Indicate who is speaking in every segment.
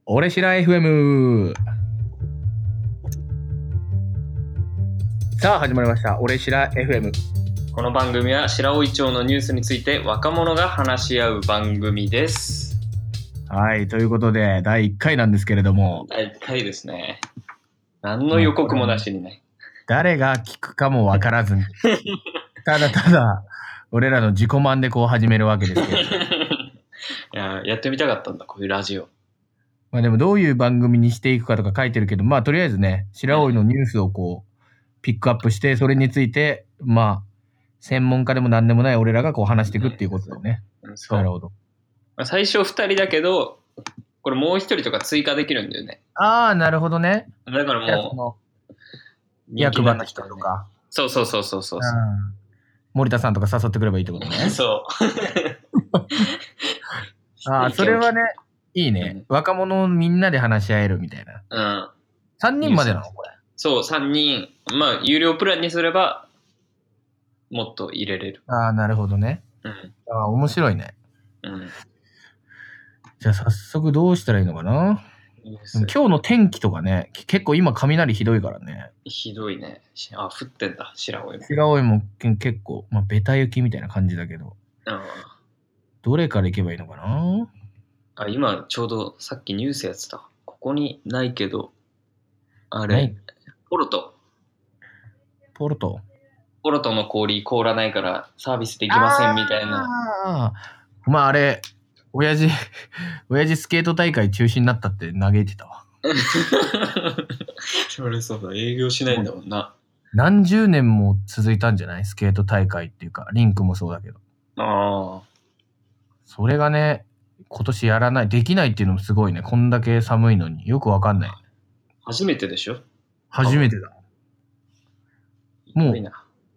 Speaker 1: 俺しら FM。さあ始まりました。俺しら FM。
Speaker 2: この番組は白老町のニュースについて若者が話し合う番組です。
Speaker 1: はい、ということで第1回なんですけれども。
Speaker 2: 第1回ですね。何の予告もなしにね。
Speaker 1: 誰が聞くかもわからずに。ただ俺らの自己満でこう始めるわけですけど。
Speaker 2: やってみたかったんだ、こういうラジオ。
Speaker 1: まあでもどういう番組にしていくかとか書いてるけど、まあとりあえずね、白老のニュースをこうピックアップして、それについてまあ専門家でも何でもない俺らがこう話していくっていうことだよね。
Speaker 2: そう。
Speaker 1: なるほど。
Speaker 2: 最初2人だけど、これもう1人とか追加できるんだよね。
Speaker 1: ああ、なるほどね。
Speaker 2: だからもう
Speaker 1: 役場の人とか。
Speaker 2: そう。
Speaker 1: 森田さんとか誘ってくればいいってことね。
Speaker 2: そう
Speaker 1: ああ、それはね、いいね。若者みんなで話し合えるみたいな。
Speaker 2: うん。
Speaker 1: 3人までなのこれ。
Speaker 2: そう、3人。まあ、有料プランにすれば、もっと入れれる。
Speaker 1: ああ、なるほどね。
Speaker 2: うん。
Speaker 1: ああ、面白いね。
Speaker 2: うん。
Speaker 1: じゃあ早速どうしたらいいのかな。でも今日の天気とかね、結構今雷ひどいからね。
Speaker 2: ひどいね。あ、降ってんだ、白老も。
Speaker 1: 白老も結構、まあ、ベタ雪みたいな感じだけど。
Speaker 2: うん。
Speaker 1: どれから行けばいいのかな。
Speaker 2: あ、今ちょうどさっきニュースやってた。ここにないけど、あれ、ポルトの氷凍らないからサービスできませんみたいな。
Speaker 1: ああ、まああれ、親父スケート大会中止になったって嘆いてたわ。
Speaker 2: それそうだ、営業しないんだもんな。
Speaker 1: 何十年も続いたんじゃない？スケート大会っていうか、リンクもそうだけど。
Speaker 2: ああ。
Speaker 1: それがね、今年やらない、できないっていうのもすごいね。こんだけ寒いのによくわかんない。
Speaker 2: 初めてでしょ？
Speaker 1: 初めてだ。もう、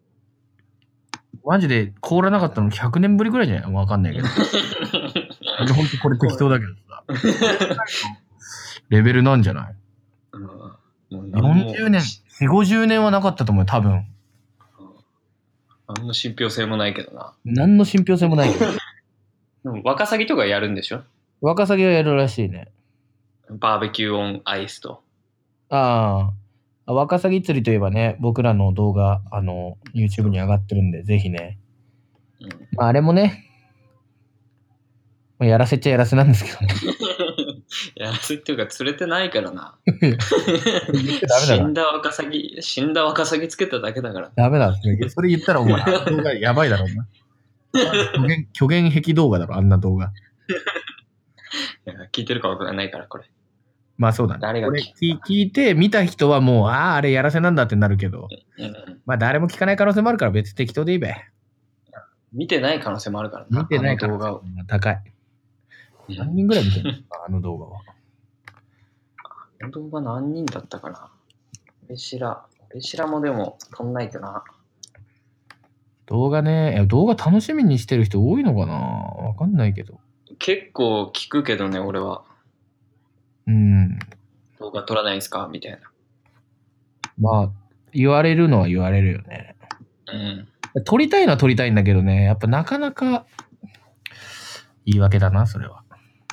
Speaker 1: マジで凍らなかったの100年ぶりぐらいじゃない？わかんないけど。ほんとこれ適当だけどさ。レベルなんじゃない？40年、4、50年はなかったと思うよ、多分。
Speaker 2: 何の信憑性もないけどな。
Speaker 1: 何の信憑性もないけど。
Speaker 2: でもワカサギとかやるんでしょ？
Speaker 1: ワカサギはやるらしいね。
Speaker 2: バーベキューオンアイスと。
Speaker 1: ああ、ワカサギ釣りといえばね、僕らの動画、YouTube に上がってるんで、ぜひね。まあ、あれもね、まあ、やらせっちゃやらせなんですけどね。
Speaker 2: やらせっていうか釣れてないからな。
Speaker 1: 死
Speaker 2: んだワカサギつけただけだから。
Speaker 1: ダメだ。それ言ったらお前、動画やばいだろうな。虚言癖動画だろ、あんな動画。
Speaker 2: いや聞いてるかわからないから、これ。
Speaker 1: まあそうだね。
Speaker 2: 誰が聞
Speaker 1: いて、見た人はもう、あれやらせなんだってなるけど、まあ誰も聞かない可能性もあるから別に適当でいいべ。
Speaker 2: 見てない可能性もあるからな。
Speaker 1: 見てない動画を。高い。何人ぐらい見てるのあの動画は。
Speaker 2: あの動画何人だったかな。俺白もでも撮んないとな。
Speaker 1: 動画楽しみにしてる人多いのかな？わかんないけど。
Speaker 2: 結構聞くけどね、俺は。動画撮らないんすかみたいな。
Speaker 1: まあ、言われるのは言われるよね。撮りたいのは撮りたいんだけどね、やっぱなかなか言い訳だな、それは。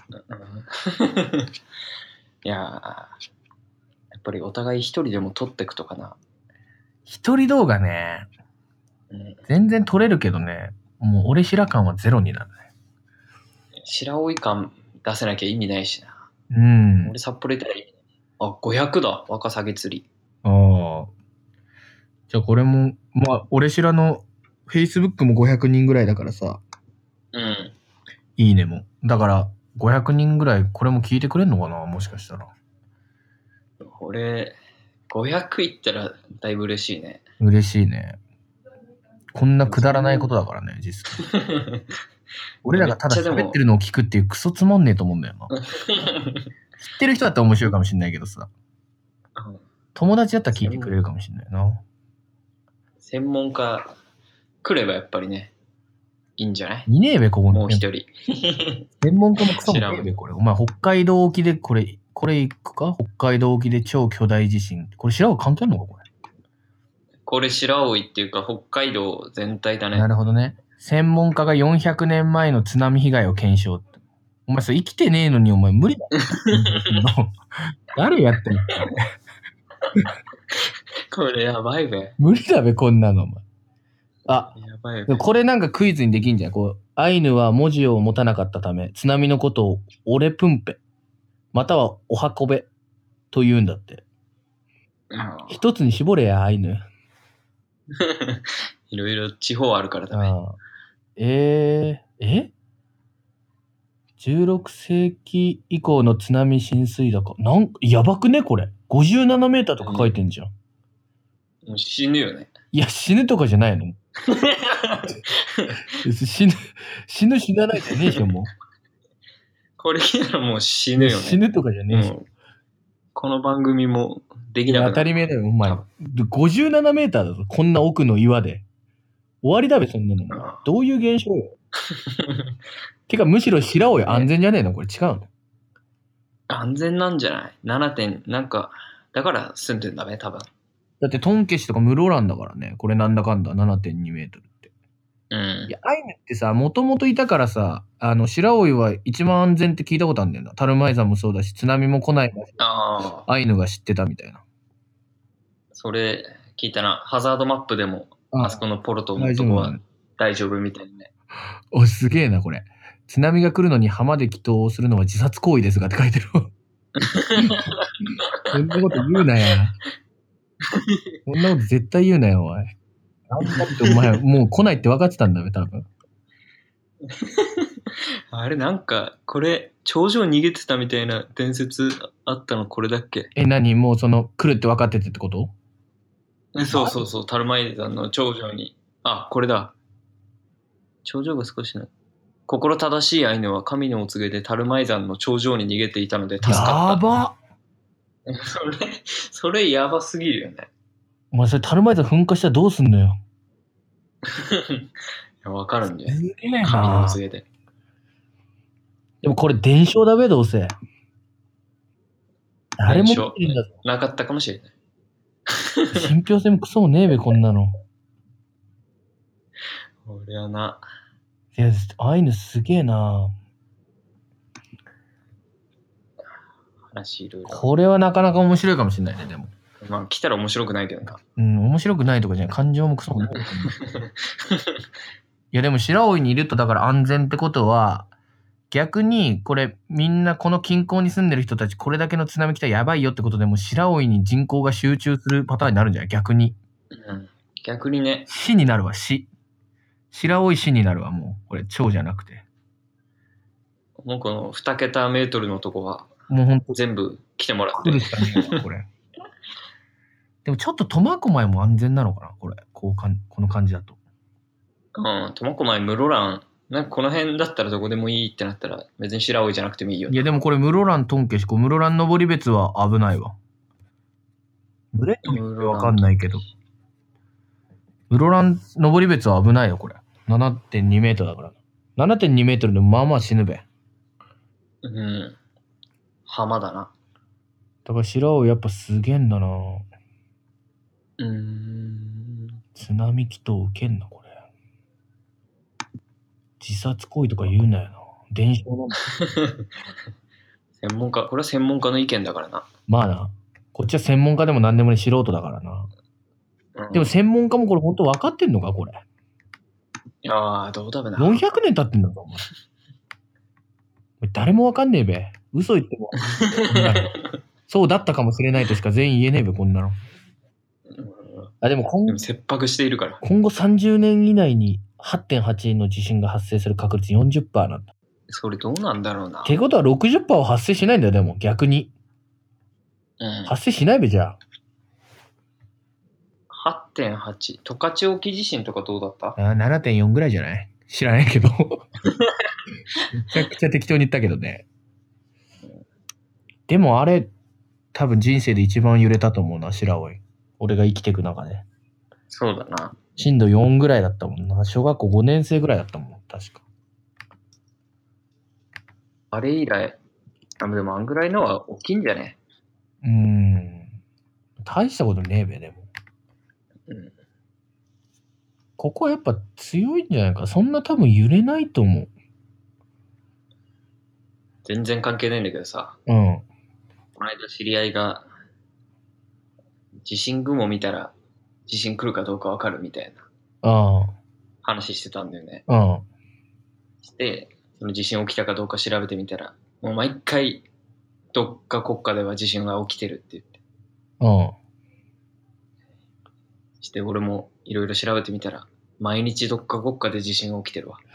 Speaker 2: いややっぱりお互い一人でも撮ってくとかな。
Speaker 1: 一人動画ね、全然撮れるけどね、もう俺白感はゼロになるね。
Speaker 2: 白老感出せなきゃ意味ないしな。俺札幌行ったらいい。あ、500だ、ワカサギ釣り。
Speaker 1: ああ。じゃあこれも、まあ、俺白の Facebook も500人ぐらいだからさ。いいねも。だから、500人ぐらいこれも聞いてくれんのかな？もしかしたら。
Speaker 2: 俺、500いったらだいぶ嬉しいね。
Speaker 1: 嬉しいね。こんなくだらないことだからね、実際。俺らがただ喋ってるのを聞くっていうクソつまんねえと思うんだよな。知ってる人だったら面白いかもしんないけどさ。友達だったら聞いてくれるかもしんないな。
Speaker 2: 専門家来ればやっぱりね、いいんじゃない？
Speaker 1: いねえべ、ここに。
Speaker 2: もう一人。
Speaker 1: 専門家もクソもねえべ、これ。お前、北海道沖でこれ行くか？北海道沖で超巨大地震。これ白尾関係あるのか、これ。
Speaker 2: これ白老っていうか北海道全体だね。
Speaker 1: なるほどね。専門家が400年前の津波被害を検証。 お前それ生きてねえのにお前無理だ。誰やってんの
Speaker 2: これやばいべ。
Speaker 1: 無理だべ、こんなのお前。あ、
Speaker 2: やばいべ。
Speaker 1: これなんかクイズにできんじゃん。こう、アイヌは文字を持たなかったため、津波のことをオレプンペ、またはおはこべと言うんだって。一つに絞れや、アイヌ。
Speaker 2: いろいろ地方あるからだ
Speaker 1: ね。16世紀以降の津波浸水高。やばくねこれ。57メーターとか書いてんじゃん。
Speaker 2: もう死ぬよね。
Speaker 1: いや、死ぬとかじゃないの。死なないじゃねえしょ、もう。
Speaker 2: これ来たらもう死ぬよね。
Speaker 1: 死ぬとかじゃねえし。
Speaker 2: この番組もできなくなる。
Speaker 1: 当たり前だよ、お前。57メーターだぞ。こんな奥の岩で。終わりだべ、そんなの。どういう現象よ。てか、むしろ白老安全じゃねえのこれ違うの？
Speaker 2: 安全なんじゃない ?7 点、なんか、だから住んでんだね、多分。
Speaker 1: だってトンケシとか室蘭だからね。これなんだかんだ 7.2 メートルって。いや、アイヌってさ、もともといたからさ、白老は一番安全って聞いたことあるんだよな。タルマイ山もそうだし、津波も来ないからアイヌが知ってたみたいな。
Speaker 2: それ聞いたな。ハザードマップでも、あそこのポルトのとこは大丈夫みたいね。
Speaker 1: お、すげえな、これ。津波が来るのに浜で祈祷をするのは自殺行為ですがって書いてる。そんなこと言うなよ。そんなこと絶対言うなよ、お前。お前、もう来ないって分かってたんだよ、多分。
Speaker 2: あれ、なんか、これ、頂上逃げてたみたいな伝説あったのこれだっけ？
Speaker 1: 何もう来るって分かっててってこと？
Speaker 2: そうそうそう、タルマイ山の頂上に。あ、これだ。頂上が少しな。心正しいアイヌは神のお告げでタルマイ山の頂上に逃げていたので助かった。
Speaker 1: やば
Speaker 2: それやばすぎるよね。
Speaker 1: お前それタルマイ山噴火したらどうすんのよ。
Speaker 2: わかるんだよ。
Speaker 1: すげえな。
Speaker 2: 神のお告げで。
Speaker 1: でもこれ伝承だべ、どうせ。誰も見てるんだぞ。
Speaker 2: なかったかもしれない。
Speaker 1: 信憑性もクソもねえべ、こんなの。
Speaker 2: 俺はな。
Speaker 1: いや、アイヌすげえな。
Speaker 2: 話いろいろ。
Speaker 1: これはなかなか面白いかもしれないね、でも。
Speaker 2: まあ、来たら面白くないけどな。
Speaker 1: 面白くないとかじゃない。感情もクソもない。いや、でも白老にいるとだから安全ってことは、逆にこれみんなこの近郊に住んでる人たちこれだけの津波来たらやばいよってことでもう白老に人口が集中するパターンになるんじゃない？逆に。
Speaker 2: 逆にね。
Speaker 1: 市になるわ、市。白老市になるわ、もう。これ、町じゃなくて。
Speaker 2: もうこの2桁メートルのとこは、
Speaker 1: もうほんと
Speaker 2: 全部来てもらって。
Speaker 1: 来るしかねえわ、これ。でもちょっと苫小牧も安全なのかなこれ。この感じだと。
Speaker 2: 苫小牧、室蘭、なんかこの辺だったらどこでもいいってなったら、別に白老じゃなくてもいいよ。
Speaker 1: いや、でもこれ、室蘭トンケシコ、室蘭登別は危ないわ。ブレッドわかんないけど。室蘭登別は危ないよ、これ。7.2 メートルだから。7.2 メートルでまあまあ死ぬべ。
Speaker 2: 浜だな。
Speaker 1: だから白尾やっぱすげえんだな。津波祈祷受けんな、これ。自殺行為とか言うなよな。伝承なんだ。
Speaker 2: 専門家、これは専門家の意見だからな。
Speaker 1: まあな。こっちは専門家でも何でもね素人だからな。でも専門家もこれ本当分かってんのか、これ。
Speaker 2: いやー、どうだべな。
Speaker 1: 400年経ってんだぞ、お前。誰も分かんねえべ。嘘言っても。そうだったかもしれないとしか全員言えねえべ、こんなの。でも
Speaker 2: 切迫しているから。
Speaker 1: 今後30年以内に 8.8 の地震が発生する確率 40% なんだ。
Speaker 2: それどうなんだろうな。
Speaker 1: ってことは 60% は発生しないんだよ、でも逆に。発生しないべ、じゃ
Speaker 2: あ。8.8。十勝沖地震とかどうだった？
Speaker 1: 7.4 ぐらいじゃない？知らないけど。めちゃくちゃ適当に言ったけどね。でもあれ、多分人生で一番揺れたと思うな、白老。俺が生きていく中で。
Speaker 2: そうだな。
Speaker 1: 震度4ぐらいだったもんな。小学校5年生ぐらいだったもん、確か。
Speaker 2: あれ以来、でもあんぐらいのは大きいんじゃね？
Speaker 1: 大したことねえべ、でも。ここはやっぱ強いんじゃないか。そんな多分揺れないと思う。
Speaker 2: 全然関係ないんだけどさ、
Speaker 1: うん。
Speaker 2: この間知り合いが、地震雲見たら地震来るかどうかわかるみたいな
Speaker 1: あ
Speaker 2: 話してたんだよね。
Speaker 1: あ。うん。
Speaker 2: して、その地震起きたかどうか調べてみたら、もう毎回、どっか国家では地震が起きてるって言って。
Speaker 1: うん。
Speaker 2: して俺もいろいろ調べてみたら、毎日どっか国家で地震が起きてるわ。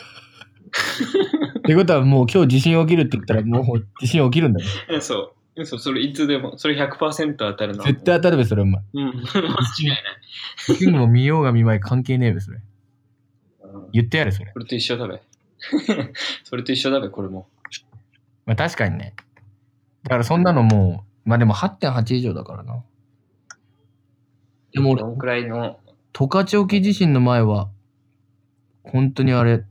Speaker 1: ってことはもう今日地震起きるって言ったらもう地震起きるんだね。
Speaker 2: そう。それいつでも、それ 100% 当たるの。
Speaker 1: 絶対当たるべ、それお前。
Speaker 2: うん。間違いない。
Speaker 1: 地震も見ようが見まい関係ねえべ、それ。言ってやれ、それ。
Speaker 2: それと一緒だべ。それと一緒だべ、これも。
Speaker 1: まあ確かにね。だからそんなのもう、まあでも 8.8 以上だからな。でも俺、
Speaker 2: どんくらいの、
Speaker 1: 十勝沖地震の前は、本当にあれ、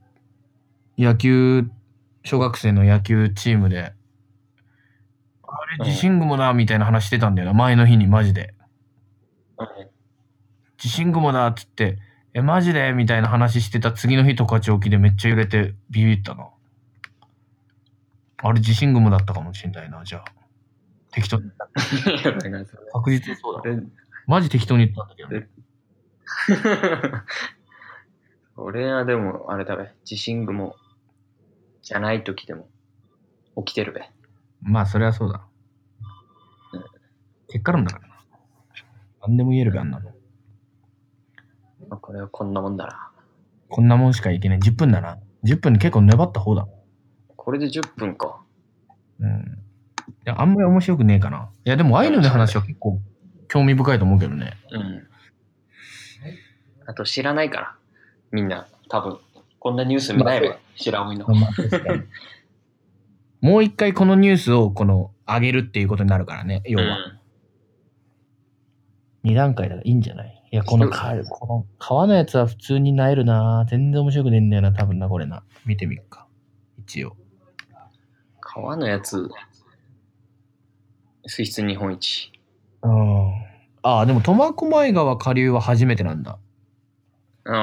Speaker 1: 小学生の野球チームで、あれ地震雲だみたいな話してたんだよな、前の日にマジで。地震雲だっつって、マジでみたいな話してた次の日十勝沖でめっちゃ揺れてビビったな。あれ地震雲だったかもしんないな、じゃあ。適当に。確実にそうだ。マジ適当に言ったんだけどね。
Speaker 2: 俺はでも、あれだべ、地震雲じゃない時でも起きてるべ。
Speaker 1: まあ、それはそうだ。結果論だからな。何でも言えるべ、あんなの。
Speaker 2: まあ、これはこんなもんだな。
Speaker 1: こんなもんしかいけない。10分だな。10分で結構粘った方だ。
Speaker 2: これで10分か。
Speaker 1: うん。いや、あんまり面白くねえかな。いや、でもアイヌの話は結構興味深いと思うけどね。
Speaker 2: うん。あと知らないから。みんな、多分。こんなニュース見ないべ、知らんの。
Speaker 1: もう一回このニュースを上げるっていうことになるからね、要は。2段階だからいいんじゃない？いや、この川のやつは普通になえるな。全然面白くねえんだよな、多分な、これな。見てみっか。一応。
Speaker 2: 川のやつ、水質日本一。
Speaker 1: ああ、でも苫小牧川下流は初めてなんだ。
Speaker 2: うん。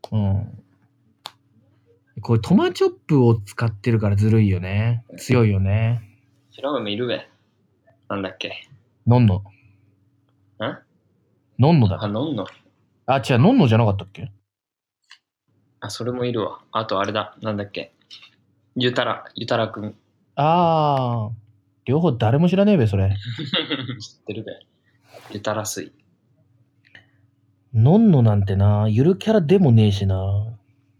Speaker 1: これトマチョップを使ってるからずるいよね。強いよね。
Speaker 2: 白梅いるべ。なんだっけ。
Speaker 1: のんの。のんのだ。
Speaker 2: あ、のんの。
Speaker 1: あ、違う、のんのじゃなかったっけ？
Speaker 2: あ、それもいるわ。あとあれだ。なんだっけ。ゆたらくん。
Speaker 1: ああ。両方誰も知らねえべ、それ。
Speaker 2: 知ってるべ。ゆたら水。
Speaker 1: のんのなんてな、ゆるキャラでもねえしな。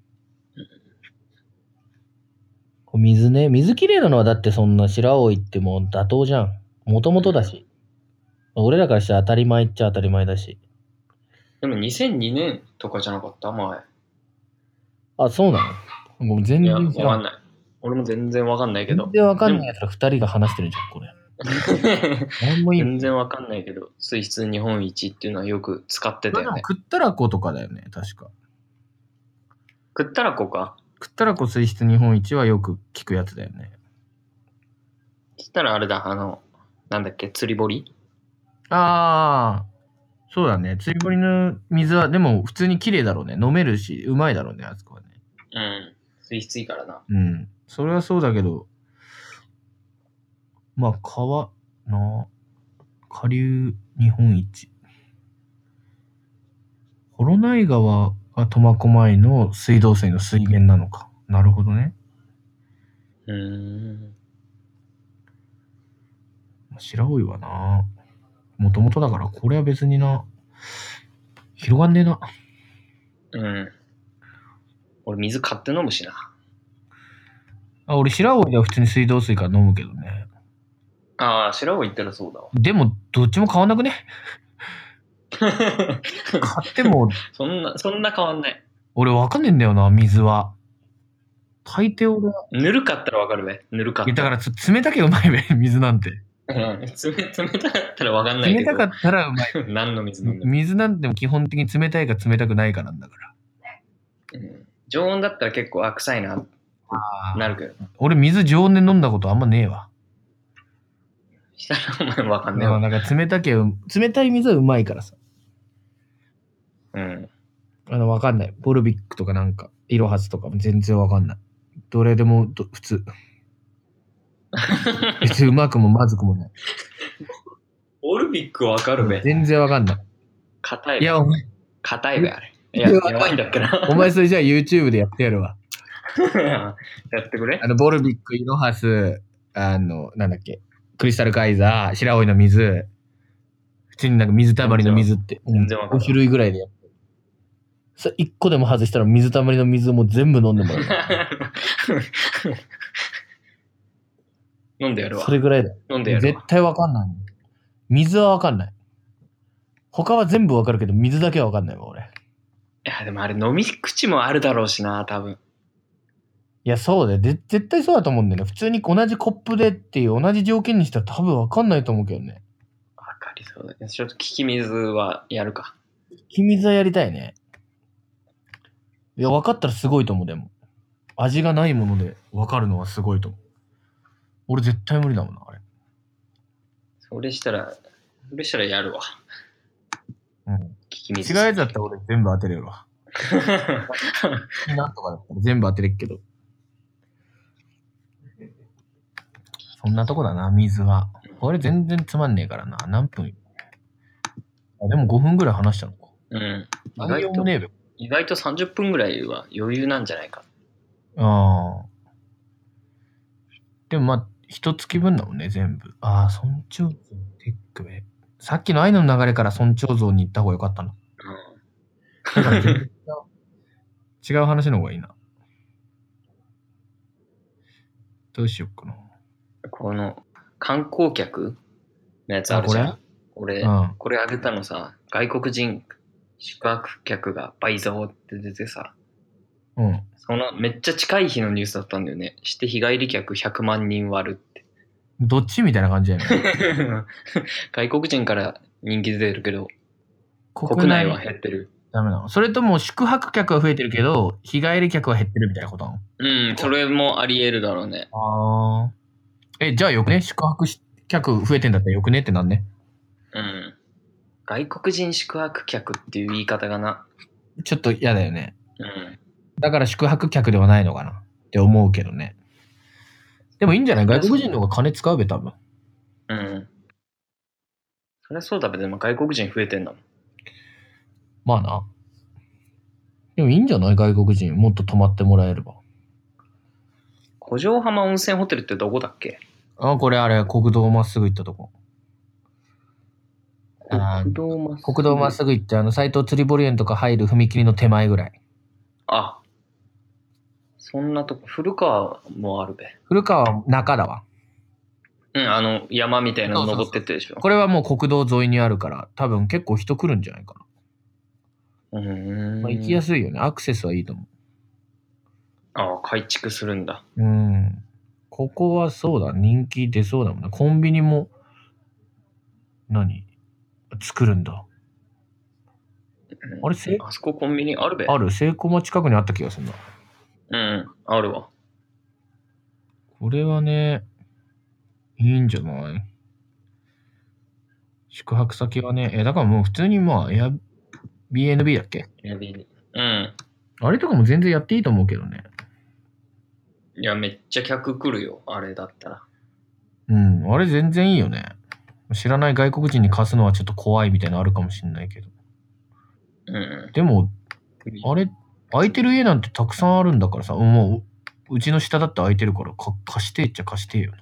Speaker 1: 水ね。水きれいなのはだってそんな白老ってもう妥当じゃん。もともとだし。俺らからしたら当たり前っちゃ当たり前だし。
Speaker 2: でも2002年とかじゃなかった前。
Speaker 1: あ、そうなの？もう全然
Speaker 2: 知らん。わかんない。俺も全然わかんないけど。
Speaker 1: 全然わかんないやつら2人が話してるじゃん、これ。
Speaker 2: 全然わかんないけど、水質日本一っていうのはよく使ってたよね。
Speaker 1: 食ったらことかだよね、確か。
Speaker 2: 食ったらこか。
Speaker 1: 食ったらこ水質日本一はよく聞くやつだよね。
Speaker 2: そしたらあれだ、なんだっけ、釣り堀？
Speaker 1: ああ、そうだね。釣り堀の水は、でも普通に綺麗だろうね。飲めるし、うまいだろうね、あそこはね。
Speaker 2: うん。水質いいからな。
Speaker 1: うん。それはそうだけど、まあ、下流日本一。幌内川が苫小牧の水道水の水源なのか。なるほどね。白老はな、もともとだから、これは別にな、広がんねえな。
Speaker 2: うん。俺水買って飲むしな。
Speaker 1: 俺白老では普通に水道水から飲むけどね。
Speaker 2: ああ、白老行ったらそうだわ。
Speaker 1: でも、どっちも変わんなくね？買っても、
Speaker 2: そんな変わんない。
Speaker 1: 俺わかんねえんだよな、水は。大抵俺は。
Speaker 2: ぬるかったらわかるべ。ぬるかった
Speaker 1: だから冷たけうまいべ、水なんて。
Speaker 2: 冷たかったらわかんないけど。
Speaker 1: 冷たかったらうまい。
Speaker 2: 何の水飲んでも。
Speaker 1: 水なんても基本的に冷たいか冷たくないかなんだから。
Speaker 2: 常温だったら結構臭いな、なるけど。
Speaker 1: 俺水常温で飲んだことあんまねえわ。
Speaker 2: したらお前わかんねえわ。
Speaker 1: なんか冷たい水はうまいからさ。わかんない。ボルビックとかなんか、イロハスとかも全然わかんない。どれでも普通。 別にうまくもまずくもない。
Speaker 2: オルビックわかるべ。
Speaker 1: 全然わかんない。
Speaker 2: 硬いべ。
Speaker 1: いや、お前、
Speaker 2: 硬いべ、あれ。いや、やばいんだっけな。
Speaker 1: お前それじゃあ YouTube でやってやるわ。
Speaker 2: やってくれ。
Speaker 1: ボルビック、イロハス、なんだっけ、クリスタルカイザー、白老の水、普通になんか水たまりの水って、
Speaker 2: 全然わかんない
Speaker 1: 5種類ぐらいでやってる。それ1個でも外したら水たまりの水をもう全部飲んでもらう。
Speaker 2: 飲んでやるわ。
Speaker 1: それぐらいだ。
Speaker 2: 飲んでやるわ。
Speaker 1: 絶対わかんない。水はわかんない。他は全部わかるけど、水だけはわかんないわ、俺。
Speaker 2: いや、でもあれ飲み口もあるだろうしな、多分。
Speaker 1: いや、そうだよ。絶対そうだと思うんだよね。普通に同じコップでっていう同じ条件にしたら多分わかんないと思うけどね。
Speaker 2: わかりそうだね。ちょっと聞き水はやるか。
Speaker 1: 君水はやりたいね。いや、分かったらすごいと思う、でも。味がないもので分かるのはすごいと思う。俺絶対無理だもんな、あれ。
Speaker 2: それしたらやるわ。
Speaker 1: うん。
Speaker 2: 聞き水。
Speaker 1: 違うやつだったら俺全部当てれるわ。なんとかだったら全部当てれるけど。そんなとこだな、水は。俺全然つまんねえからな。何分あ、でも5分ぐらい話したのか。
Speaker 2: うん。
Speaker 1: 内容もねえべ。
Speaker 2: 意外と30分ぐらいは余裕なんじゃないか。
Speaker 1: ああ。でもまあ、一月分だもんね、全部。ああ、村長像テックべ。さっきの愛の流れから村長像に行った方がよかったな。だから全然違う話の方がいいな。どうしよっかな。
Speaker 2: この観光客のやつあるじゃん。俺、これあげたのさ、外国人宿泊客が倍増って出てさ、
Speaker 1: うん。
Speaker 2: そのめっちゃ近い日のニュースだったんだよね。して日帰り客100万人割るって。
Speaker 1: どっちみたいな感じやね。
Speaker 2: 外国人から人気出てるけど、国内は減ってる。
Speaker 1: ダメなの？それとも宿泊客は増えてるけど、日帰り客は減ってるみたいなことなの？
Speaker 2: うん、それもあり得るだろうね。
Speaker 1: ああ。じゃあよくね？宿泊客増えてんだったらよくねってなんね？
Speaker 2: うん。外国人宿泊客っていう言い方がな。
Speaker 1: ちょっと嫌だよね。
Speaker 2: うん。
Speaker 1: だから宿泊客ではないのかなって思うけどね。でもいいんじゃない？外国人の方が金使うべ、多分。
Speaker 2: うん。そりゃそうだべ、でも外国人増えてんだもん。
Speaker 1: まあな。でもいいんじゃない？外国人もっと泊まってもらえれば。
Speaker 2: 古城浜温泉ホテルってどこだっけ？
Speaker 1: あ、これあれ、国道まっすぐ行ったとこ。
Speaker 2: 国
Speaker 1: 道まっすぐ行って、斎藤釣り堀園とか入る踏切の手前ぐらい。
Speaker 2: あ、そんなとこ、古川もあるべ。
Speaker 1: 古川は中だわ。
Speaker 2: うん、山みたいなの登ってってでしょ。
Speaker 1: これはもう国道沿いにあるから、多分結構人来るんじゃないかな。まあ、行きやすいよね。アクセスはいいと思う。
Speaker 2: ああ、改築するんだ。
Speaker 1: ここはそうだ、人気出そうだもんね。コンビニも、作るんだ。あれ、
Speaker 2: あそこコンビニあるべ。
Speaker 1: ある。セイコも近くにあった気がするな。
Speaker 2: うん、あるわ。
Speaker 1: これはね、いいんじゃない？宿泊先はね、だからもう普通にまあ、Airbnb だっけ？
Speaker 2: Airbnb。うん。
Speaker 1: あれとかも全然やっていいと思うけどね。
Speaker 2: いや、めっちゃ客来るよ、あれだったら。
Speaker 1: あれ全然いいよね。知らない外国人に貸すのはちょっと怖いみたいなのあるかもしれないけど。でも、あれ、空いてる家なんてたくさんあるんだからさ、もう、うちの下だって空いてるから、貸してっちゃ貸してよ。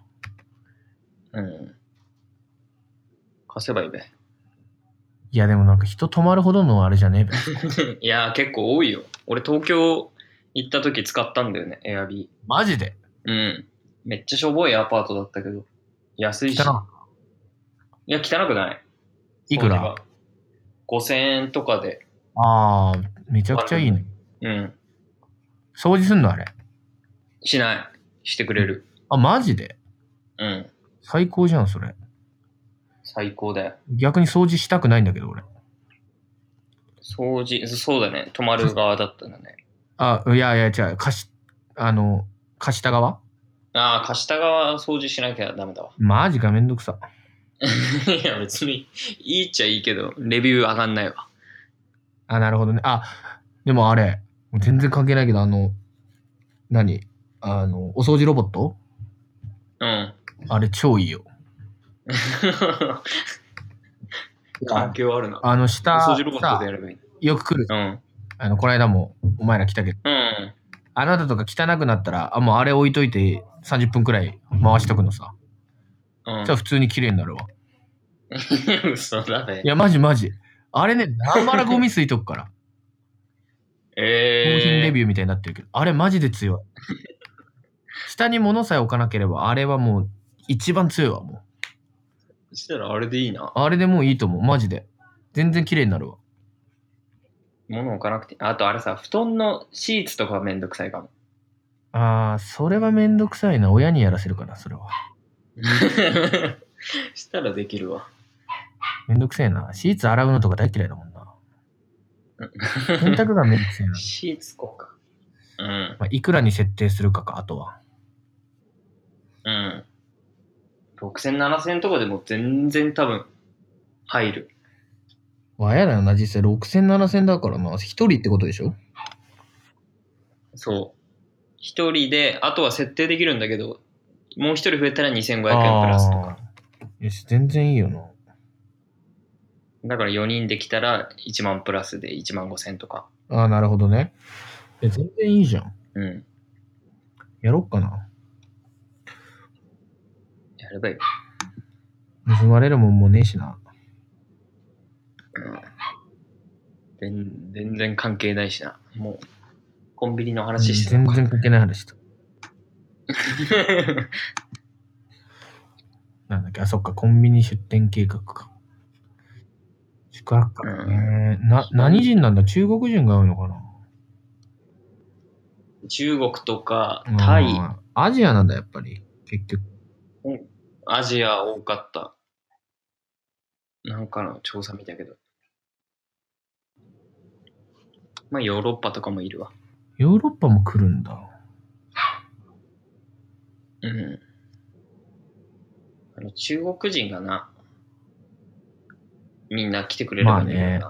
Speaker 2: 貸せばいいべ。
Speaker 1: いや、でもなんか人泊まるほどのあれじゃね
Speaker 2: えべ。いや、結構多いよ。俺東京行った時使ったんだよね、エアビー。
Speaker 1: マジで？
Speaker 2: うん。めっちゃしょぼいアパートだったけど、安いし。いや、汚くない。
Speaker 1: いくら
Speaker 2: ？5000円とかで。
Speaker 1: ああ、めちゃくちゃいいね。
Speaker 2: うん。
Speaker 1: 掃除すんのあれ？
Speaker 2: しない。してくれる。
Speaker 1: あ、マジで？
Speaker 2: うん。
Speaker 1: 最高じゃん、それ。
Speaker 2: 最高だよ。
Speaker 1: 逆に掃除したくないんだけど、俺。
Speaker 2: 掃除、そうだね。泊まる側だったんだね。
Speaker 1: いや、違う。貸した側？
Speaker 2: ああ、貸した側掃除しなきゃダメだわ。
Speaker 1: マジか、めんどくさ。
Speaker 2: いや、別にいいっちゃいいけど、レビュー上がんないわ。
Speaker 1: なるほどね。でもあれ、全然関係ないけど、お掃除ロボット？
Speaker 2: うん。
Speaker 1: あれ超いいよ。
Speaker 2: 環境あるな。
Speaker 1: 下
Speaker 2: 掃除ロボット
Speaker 1: さ
Speaker 2: でやればいい。
Speaker 1: よく来る。
Speaker 2: うん。
Speaker 1: この間もお前ら来たけど、
Speaker 2: うん。
Speaker 1: あなたとか汚くなったら、もうあれ置いといて30分くらい回しとくのさ。
Speaker 2: うん。
Speaker 1: じゃあ普通に綺麗になるわ。
Speaker 2: 嘘だね。
Speaker 1: いや、マジマジ。あれね、生らゴミ吸いとくから。商品レビューみたいになってるけど、あれマジで強い。下に物さえ置かなければ、あれはもう一番強いわ、も
Speaker 2: そしたらあれでいいな。
Speaker 1: う。あれでもういいと思う、マジで。全然綺麗になるわ。
Speaker 2: 物置かなくて。あとあれさ、布団のシーツとかめんどくさいかも。
Speaker 1: それはめんどくさいな。親にやらせるかな、それは。
Speaker 2: したらできるわ。
Speaker 1: めんどくせえな。シーツ洗うのとか大嫌いだもんな。洗濯がめんどくせえな。
Speaker 2: シーツこうか。うん。
Speaker 1: いくらに設定するかか、あとは。
Speaker 2: うん。6000、7000とかでも全然多分入る。
Speaker 1: やだよな、実際6000、7000だからな。一人ってことでしょ？
Speaker 2: そう。一人で、あとは設定できるんだけど、もう一人増えたら2500円プラスとか。
Speaker 1: よし、全然いいよな。
Speaker 2: だから4人で来たら1万プラスで1万5000とか。
Speaker 1: なるほどね。全然いいじゃん。
Speaker 2: うん。
Speaker 1: やろっかな。
Speaker 2: やればいい。
Speaker 1: 盗まれるもんもねえしな。
Speaker 2: うん。全然関係ないしな。もう、コンビニの話して
Speaker 1: 全然関係ない話だ。なんだっけ、そっか、コンビニ出店計画か。宿泊かね。何人なんだ？中国人が多いのかな？
Speaker 2: 中国とか、タイ。
Speaker 1: アジアなんだ、やっぱり。結局。
Speaker 2: アジア多かった。なんかの調査見たけど。まあヨーロッパとかもいるわ。
Speaker 1: ヨーロッパも来るんだ。
Speaker 2: うん。中国人がな、みんな来てくれればいいんだけどな。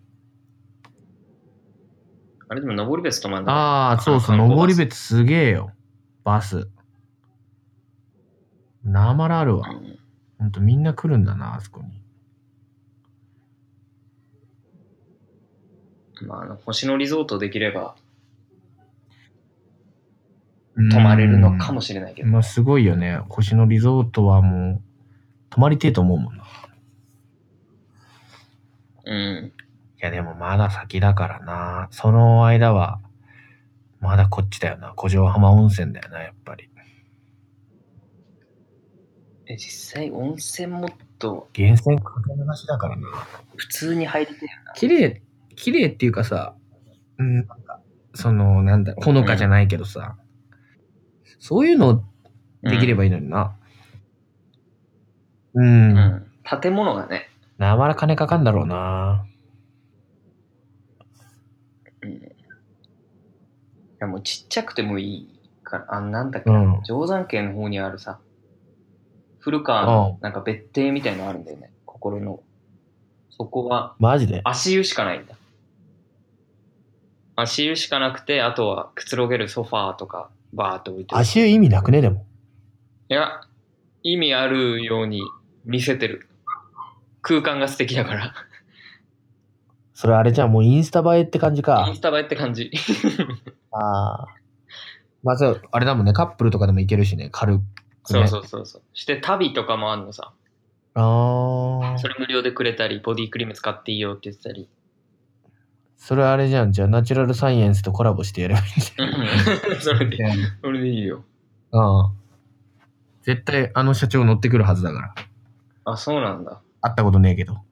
Speaker 2: あれでも登別止まんだ。
Speaker 1: そうそう、登別すげえよ。バス。なまらあるわ。ほんとみんな来るんだな、あそこに。
Speaker 2: まあ、星野リゾートできれば、泊まれるのかもしれないけど。
Speaker 1: まあ、すごいよね。星野リゾートはもう、泊まりてえと思うもんな。
Speaker 2: うん。
Speaker 1: いや、でもまだ先だからな。その間は、まだこっちだよな。古城浜温泉だよな、やっぱり。
Speaker 2: 実際温泉もっと
Speaker 1: 源泉かけ流しだからな。
Speaker 2: 普通に入りてえよな。
Speaker 1: 綺麗っていうかさ、なんか、なんだ、ほのかじゃないけどさ、そういうのできればいいのにな。
Speaker 2: 建物がね。
Speaker 1: なまら金かかんだろうな。
Speaker 2: いやもうちっちゃくてもいいから、なんだっけ、定山渓の方にあるさ、古川のなんか別邸みたいなのあるんだよね。心の。そこは、
Speaker 1: マジで
Speaker 2: 足湯しかないんだ。足湯しかなくて、あとはくつろげるソファーとかバーって置いてる。
Speaker 1: 足湯意味なくねでも。
Speaker 2: いや、意味あるように見せてる。空間が素敵だから。
Speaker 1: それあれじゃん、もうインスタ映えって感じか。
Speaker 2: インスタ映えって感じ。
Speaker 1: まず、あれだもんね、カップルとかでも行けるしね、軽く、ね。
Speaker 2: そう。して旅とかもあんのさ。それ無料でくれたり、ボディクリーム使っていいよって言ってたり。
Speaker 1: それあれじゃん。じゃあ、ナチュラルサイエンスとコラボしてやればいいんじ
Speaker 2: ゃん。それでいいよ。
Speaker 1: 絶対あの社長乗ってくるはずだから。
Speaker 2: そうなんだ。
Speaker 1: 会ったことねえけど。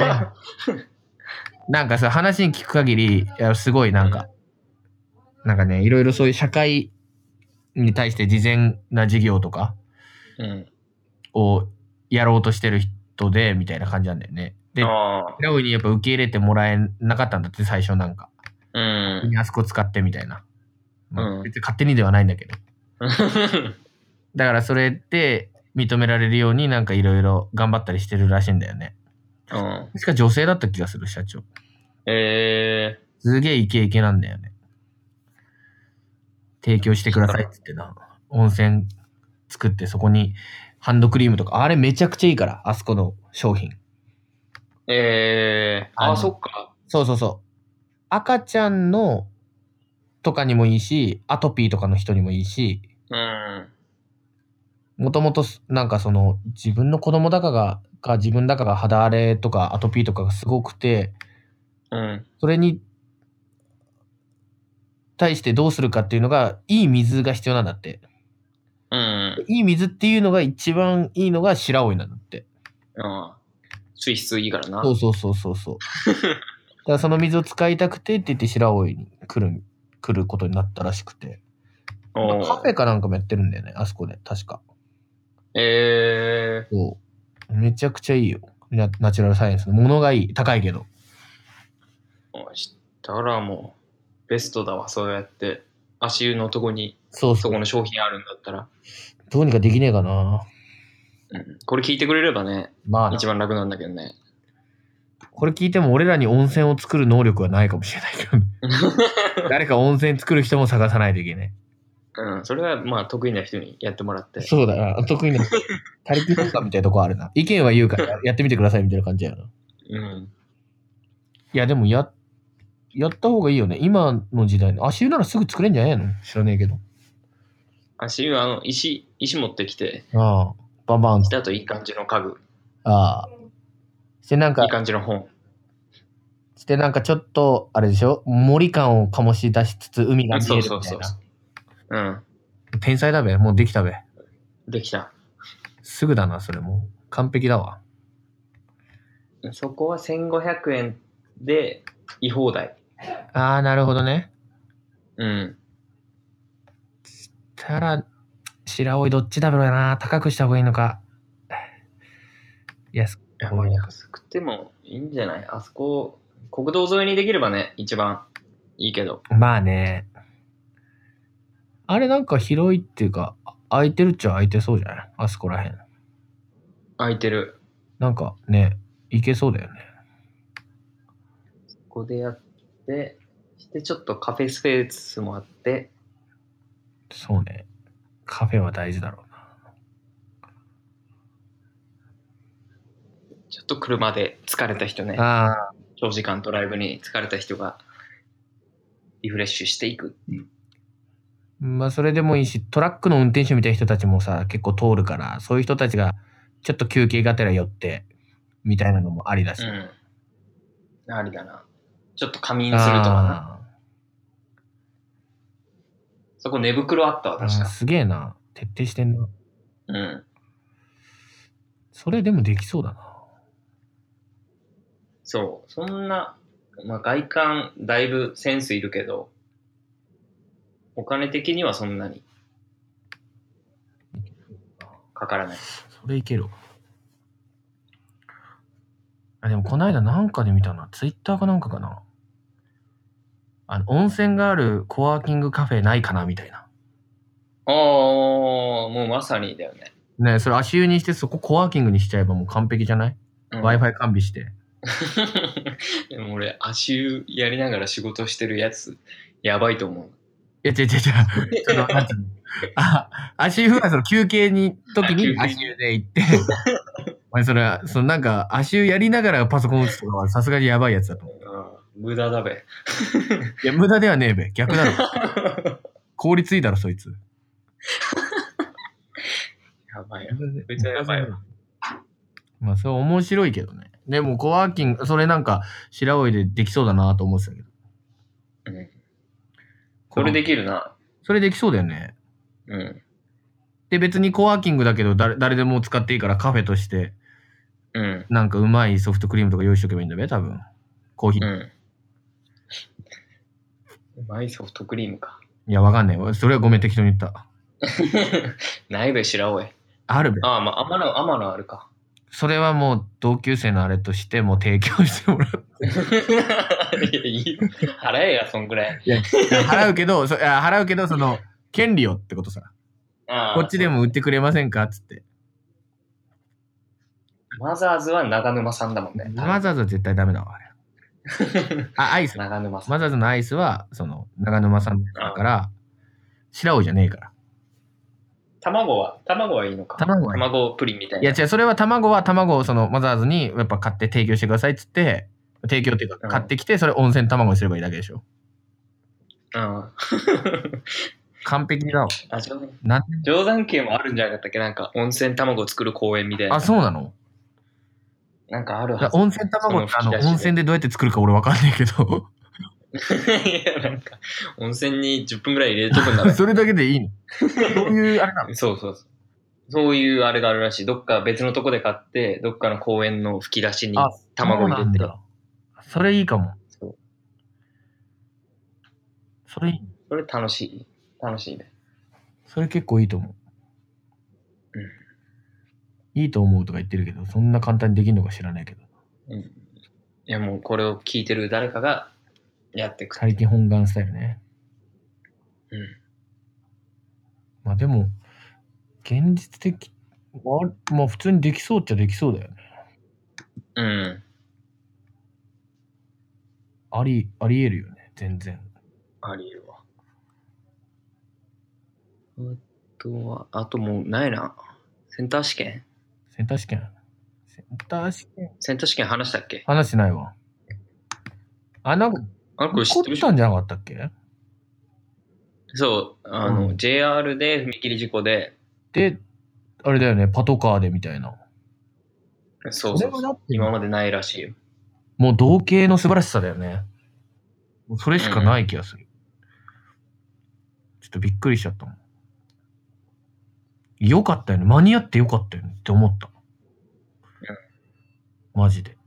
Speaker 1: なんかさ、話に聞く限り、すごいなんかね、いろいろそういう社会に対して事前な事業とかをやろうとしてる人で、みたいな感じなんだよね。で、平尾にやっぱ受け入れてもらえなかったんだって、最初なんか。あそこ使ってみたいな。別に勝手にではないんだけど。だからそれで認められるようになんかいろいろ頑張ったりしてるらしいんだよね。確か女性だった気がする、社長。すげえイケイケなんだよね。提供してくださいって言ってな。温泉作ってそこにハンドクリームとか、あれめちゃくちゃいいから、あそこの商品。
Speaker 2: そっか。
Speaker 1: そうそうそう。赤ちゃんのとかにもいいし、アトピーとかの人にもいいし、もともとなんかその自分の子供だかが自分だかが肌荒れとかアトピーとかがすごくて、それに対してどうするかっていうのが、いい水が必要なんだって。いい水っていうのが一番いいのが白老なんだって。
Speaker 2: 水質いいからな。
Speaker 1: そう。だからその水を使いたくてって言って白老に来ることになったらしくて。カフェかなんかもやってるんだよね、あそこで、確か。そう。めちゃくちゃいいよ。ナチュラルサイエンスのものがいい。高いけど。
Speaker 2: したらもう、ベストだわ、そうやって。足湯のとこに、
Speaker 1: そ
Speaker 2: この商品あるんだったら。
Speaker 1: どうにかできねえかな。
Speaker 2: これ聞いてくれればね、一番楽なんだけどね。
Speaker 1: これ聞いても俺らに温泉を作る能力はないかもしれないけど、誰か温泉作る人も探さないといけない。
Speaker 2: それはまあ得意な人にやってもらって。
Speaker 1: そうだな、得意な人。他力本願みたいなとこあるな。意見は言うからやってみてくださいみたいな感じやな。いやでもやった方がいいよね。今の時代の。足湯ならすぐ作れんじゃないの？知らねえけど。
Speaker 2: 足湯は石持ってきて。
Speaker 1: バンバン。
Speaker 2: してあといい感じの家具。
Speaker 1: してなんか。
Speaker 2: いい感じの本。
Speaker 1: してなんかちょっと、あれでしょ？森感を醸し出しつつ海が見えるみたいな。そう。天才だべ。もうできたべ。
Speaker 2: できた。
Speaker 1: すぐだな、それもう。完璧だわ。
Speaker 2: そこは1500円で居放題。
Speaker 1: なるほどね。したら、白老どっちだろうな。高くした方がいいのか。安
Speaker 2: くてもいいんじゃない？あそこ、国道沿いにできればね、一番いいけど。
Speaker 1: まあね。あれなんか広いっていうか、空いてるっちゃ空いてそうじゃない？あそこらへん。
Speaker 2: 空いてる。
Speaker 1: なんかね、行けそうだよね。
Speaker 2: そこでやって、してちょっとカフェスペースもあって。
Speaker 1: そうね。カフェは大事だろうな。
Speaker 2: ちょっと車で疲れた人ね。長時間ドライブに疲れた人がリフレッシュしていく。
Speaker 1: まあそれでもいいし、トラックの運転手みたいな人たちもさ、結構通るから、そういう人たちがちょっと休憩がてら寄って、みたいなのもありだし。
Speaker 2: ありだな。ちょっと仮眠するとかな。そこ寝袋あったわ、確か。
Speaker 1: すげえな。徹底してんな。それでもできそうだな。
Speaker 2: そう。そんな、まあ外観だいぶセンスいるけど、お金的にはそんなにかからない。
Speaker 1: それいけるわ。でもこの間なんかで見たな。ツイッターかなんかかな。温泉があるコワーキングカフェないかなみたいな。
Speaker 2: もうまさにだよね。
Speaker 1: ね、それ足湯にしてそこコワーキングにしちゃえばもう完璧じゃない？ Wi-Fi 完備して。
Speaker 2: でも俺足湯やりながら仕事してるやつやばいと思う。
Speaker 1: いや違う足湯はその休憩に時に足湯で行ってそれはなんか足湯やりながらパソコン打つとかはさすがにやばいやつだと思う。
Speaker 2: 無駄だべ。
Speaker 1: いや無駄ではねえべ、逆だろ。効率いいだろそいつ。
Speaker 2: やばいよ。めっちゃやばいわ。
Speaker 1: まあそれ面白いけどね。でもコワーキング、それなんか白老でできそうだなと思ってたけど。
Speaker 2: これできるな。
Speaker 1: それできそうだよね。で別にコワーキングだけど誰でも使っていいからカフェとして、なんかうまいソフトクリームとか用意しとけばいいんだべ、多分。コーヒー。
Speaker 2: うまいソフトクリームか。
Speaker 1: いやわかんない。それはごめん適当に言った。
Speaker 2: ないべ白老。
Speaker 1: あるべ。
Speaker 2: まあ天野あるか。
Speaker 1: それはもう同級生のあれとしても提供してもらって。
Speaker 2: いや、いいよ。払えや、そんぐらい。
Speaker 1: いや、払うけど、その、権利をってことさ。こっちでも売ってくれませんかつって。
Speaker 2: マザーズは長沼さんだもんね。
Speaker 1: マザーズは絶対ダメだわ、あれ。アイス。
Speaker 2: 長沼さん。
Speaker 1: マザーズのアイスは、長沼さんだから、白老じゃねえから。
Speaker 2: 卵はいいのか。卵プリンみたいな。
Speaker 1: いや違う、それは卵をそのマザーズにやっぱ買って提供してくださいっつって、提供っていうか買ってきて、それ温泉卵にすればいいだけでしょ。
Speaker 2: うん。
Speaker 1: 完璧だわ。
Speaker 2: 定山渓もあるんじゃなかったっけ？なんか温泉卵を作る公園みたいな。
Speaker 1: あ、そうなの？
Speaker 2: なんかあるはず。
Speaker 1: 温泉卵って温泉でどうやって作るか俺わかんないけど。
Speaker 2: いや、なんか、温泉に10分ぐらい入れとくんだね。
Speaker 1: それだけでいいの？そういうあれなの？
Speaker 2: そう。そういうあれがあるらしい。どっか別のとこで買って、どっかの公園の吹き出しに卵入れて。
Speaker 1: それいいかも。それいい。
Speaker 2: それ楽しいね。
Speaker 1: それ結構いいと思う。うん。いいと思うとか言ってるけど、そんな簡単にできるのか知らないけど。
Speaker 2: うん。いやもうこれを聞いてる誰かがやってくる。
Speaker 1: 最近本願スタイルね。
Speaker 2: うん。
Speaker 1: まあでも、現実的、まあ普通にできそうっちゃできそうだよね。
Speaker 2: うん。
Speaker 1: あり得るよね、全然。
Speaker 2: あり得るわ。あともうないな。センター試験話したっけ？
Speaker 1: 話してないわ。なんか、
Speaker 2: これ知ってる？
Speaker 1: 起こったんじゃなかったっけ？
Speaker 2: そう、JR で踏切事故で。
Speaker 1: で、あれだよね、パトカーでみたいな。
Speaker 2: そう。今までないらしいよ。
Speaker 1: もう同型の素晴らしさだよね。もうそれしかない気がする。ちょっとびっくりしちゃったもん。よかったよね。間に合ってよかったよねって思った。マジで。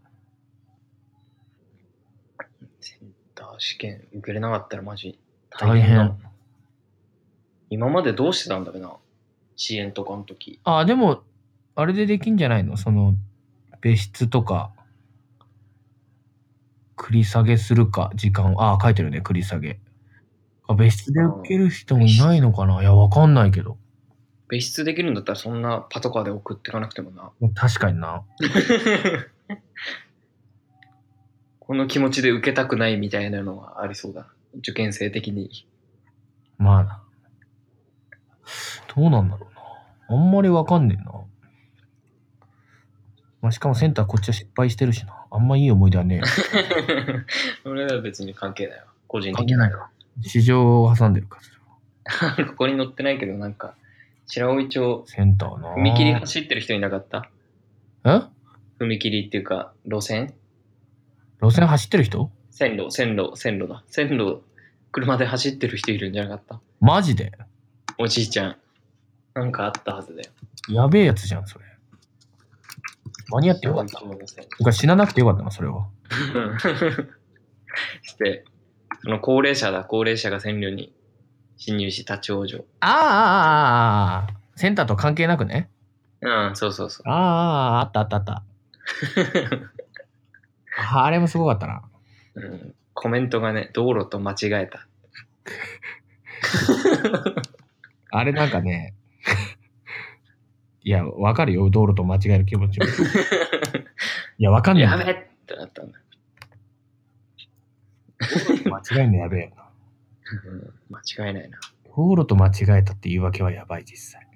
Speaker 2: センター試験受けれなかったらマジ
Speaker 1: 大変。
Speaker 2: 今までどうしてたんだろうな。遅延とかの時。
Speaker 1: でも、あれでできんじゃないの？その、別室とか、繰り下げするか、時間。書いてるね、繰り下げ。別室で受ける人もいないのかな？いや、わかんないけど。
Speaker 2: 別室できるんだったらそんなパトカーで送っていかなくてもな。
Speaker 1: 確かにな。
Speaker 2: この気持ちで受けたくないみたいなのはありそうだ。受験生的に。
Speaker 1: まあな。どうなんだろうな。あんまりわかんねえな。まあ、しかもセンターこっちは失敗してるしな。あんまいい思い出はね
Speaker 2: え。俺は別に関係ないわ。個人的に。
Speaker 1: 関係ないな。市場を挟んでるから。
Speaker 2: ここに載ってないけど、なんか、白老町、
Speaker 1: センターな。
Speaker 2: 踏切走ってる人いなかった？踏切っていうか、路線
Speaker 1: 走ってる人？
Speaker 2: 線路だ。線路、車で走ってる人いるんじゃなかった？
Speaker 1: マジで？
Speaker 2: おじいちゃん。なんかあったはずだよ。
Speaker 1: やべえやつじゃん、それ。間に合ってよかった。僕は死ななくてよかったな、それは。
Speaker 2: して、その高齢者が線路に侵入し立ち往生。
Speaker 1: センターと関係なくね。
Speaker 2: うん、そう。
Speaker 1: あった。あれもすごかったな。
Speaker 2: コメントがね、道路と間違えた。
Speaker 1: あれなんかね、いや、わかるよ、道路と間違える気持ちも。いや、わかんない。
Speaker 2: やべえってなったんだ。
Speaker 1: 間違えんのやべえな。
Speaker 2: 間違いないな。
Speaker 1: 道路と間違えたって言い訳はやばい、実際。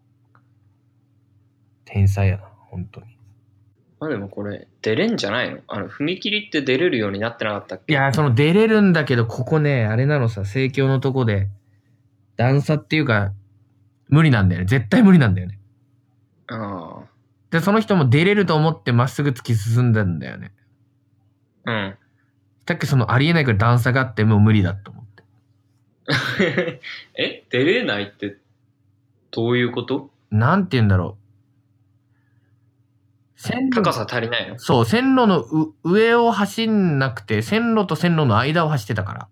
Speaker 1: 天才やな、本当に。
Speaker 2: でもこれ、出れんじゃないの？踏切って出れるようになってなかったっけ？
Speaker 1: いや、出れるんだけど、ここね、あれなのさ、生協のとこで、段差っていうか、無理なんだよね。絶対無理なんだよね。で、その人も出れると思ってまっすぐ突き進んだんだよね。だっけありえないくらい段差があってもう無理だと思って。
Speaker 2: 出れないってどういうこと？
Speaker 1: なんて言うんだろう。
Speaker 2: 高さ足りないの？
Speaker 1: そう、線路の上を走んなくて、線路と線路の間を走ってたから。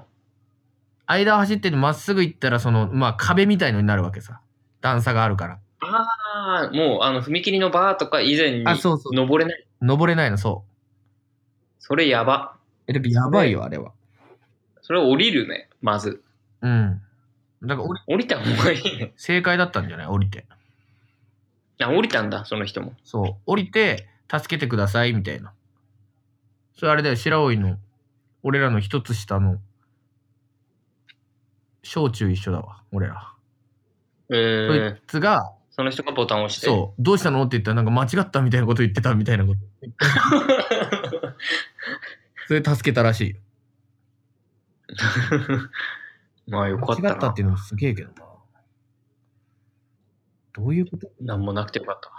Speaker 1: 間を走っててまっすぐ行ったら、壁みたいのになるわけさ。段差があるから。
Speaker 2: もう踏切のバーとか以前に登れない。
Speaker 1: 登れないの、そう。
Speaker 2: それやば。
Speaker 1: やばいよ、あれは。
Speaker 2: それ降りるね、まず。
Speaker 1: だから
Speaker 2: 降りた方がいいね。
Speaker 1: 正解だったんじゃない？降りて。
Speaker 2: 降りたんだ、その人も。
Speaker 1: そう。降りて、助けてください、みたいな。それあれだよ、白老の、俺らの一つ下の、小中一緒だわ、俺ら。 そいつが、
Speaker 2: その人がボタンを押して。
Speaker 1: そう、どうしたのって言ったらなんか間違ったみたいなこと言ってたみたいなこと。それ助けたらしいよ。
Speaker 2: まあよかったな。
Speaker 1: 間違ったっていうのもすげえけどな。どういうこと？
Speaker 2: なんもなくてよかったわ。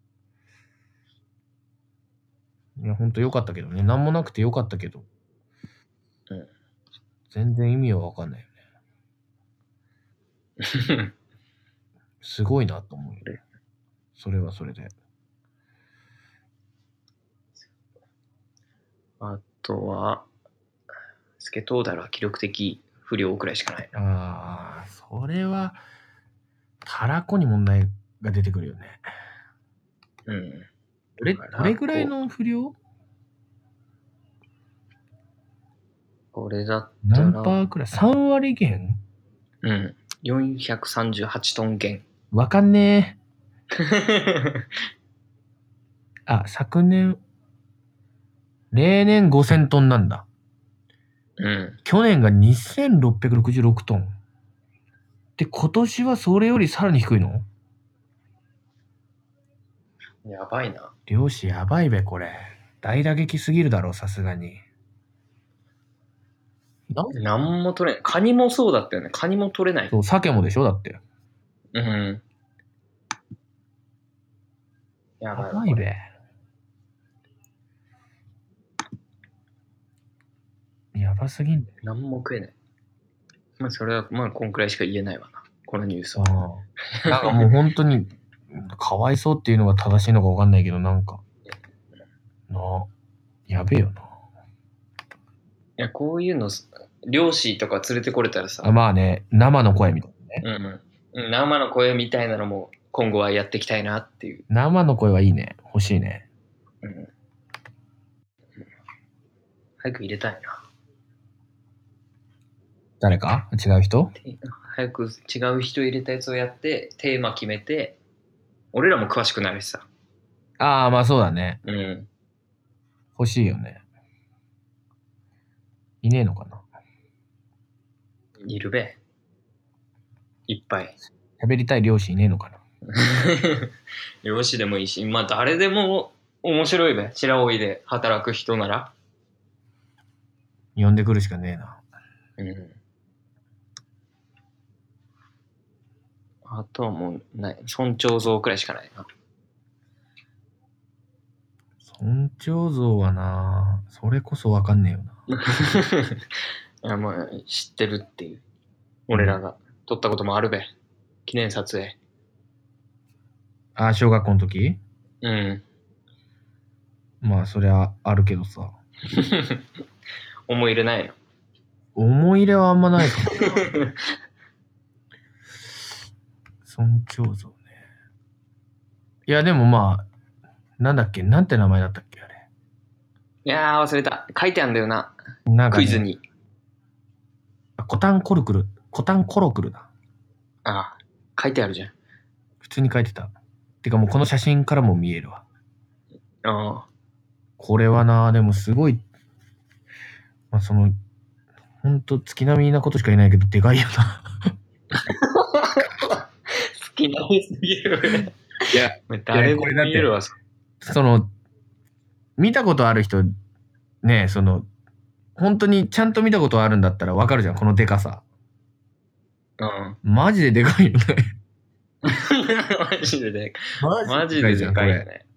Speaker 1: いや、ほんとよかったけどね。なんもなくてよかったけど。
Speaker 2: うん。
Speaker 1: 全然意味はわかんないよね。すごいなと思うよ。それはそれで。
Speaker 2: あとは、スケトウダラは記録的不良くらいしかない。
Speaker 1: ああ、それは、たらこに問題が出てくるよね。
Speaker 2: うん。
Speaker 1: どれぐらいの不良？
Speaker 2: これだった
Speaker 1: 何
Speaker 2: ら。
Speaker 1: パーくらい？ 3 割減？
Speaker 2: うん。438トン減。
Speaker 1: わかんねえ。あ、昨年、例年5000トンなんだ。
Speaker 2: うん。
Speaker 1: 去年が2666トン。で、今年はそれよりさらに低いの？
Speaker 2: やばいな。
Speaker 1: 漁師やばいべ、これ。大打撃すぎるだろう、さすがに。
Speaker 2: なんも取れない。カニもそうだったよね。カニも取れない。
Speaker 1: そう、鮭もでしょだって。
Speaker 2: うん。やばい。
Speaker 1: やばいべ。やばすぎんだよ。
Speaker 2: なんも食えない。まあ、それは、まあ、こんくらいしか言えないわな。このニュースは。
Speaker 1: なんかもう本当に、かわいそうっていうのが正しいのかわかんないけど、なんか、やべえよな。
Speaker 2: いや、こういうの、漁師とか連れてこれたらさ。
Speaker 1: まあね、生の声みたい
Speaker 2: なね。うん。生の声みたいなのも今後はやっていきたいなっていう。
Speaker 1: 生の声はいいね。欲しいね。
Speaker 2: うん。早く入れたいな。
Speaker 1: 誰か？違う人？
Speaker 2: 早く違う人入れたやつをやって、テーマ決めて、俺らも詳しくなるしさ。
Speaker 1: ああ、まあそうだね。
Speaker 2: うん。
Speaker 1: 欲しいよね。いねえのかな？
Speaker 2: いるべ。いっぱい。
Speaker 1: 喋りたい漁師いねえのかな？
Speaker 2: 漁師でもいいし、まあ誰でも面白いべ。白老で働く人なら。
Speaker 1: 呼んでくるしかねえな。
Speaker 2: うん。あとはもうない。村長像くらいしかないな。
Speaker 1: 村長像はな、それこそわかんねえよな。
Speaker 2: いや、まあ知ってるっていう。俺らが撮ったこともあるべ。記念撮影。
Speaker 1: ああ、小学校の時？
Speaker 2: うん。
Speaker 1: まあそりゃあるけどさ。
Speaker 2: 思い入れないの？
Speaker 1: 思い入れはあんまないかな。村長像ね。いやでもまあ、なんだっけ、なんて名前だったっけあれ。
Speaker 2: いやー忘れた。書いてあるんだよな。
Speaker 1: なんか、ね、
Speaker 2: クイズに。
Speaker 1: コタンコロクルだ。
Speaker 2: ああ、書いてあるじゃん。
Speaker 1: 普通に書いてた。てかもうこの写真からも見えるわ。
Speaker 2: ああ。
Speaker 1: これはな、でもすごい、まあその、ほんと月並みなことしか言えないけど、でかいよな。
Speaker 2: 月並みすぎる。
Speaker 1: いや、
Speaker 2: 誰も見えるわ。
Speaker 1: その、見たことある人、ね、その、本当にちゃんと見たことあるんだったらわかるじゃん、このでかさ。
Speaker 2: うん。
Speaker 1: マジででかいよね。
Speaker 2: マジででかい。マジででかいよね。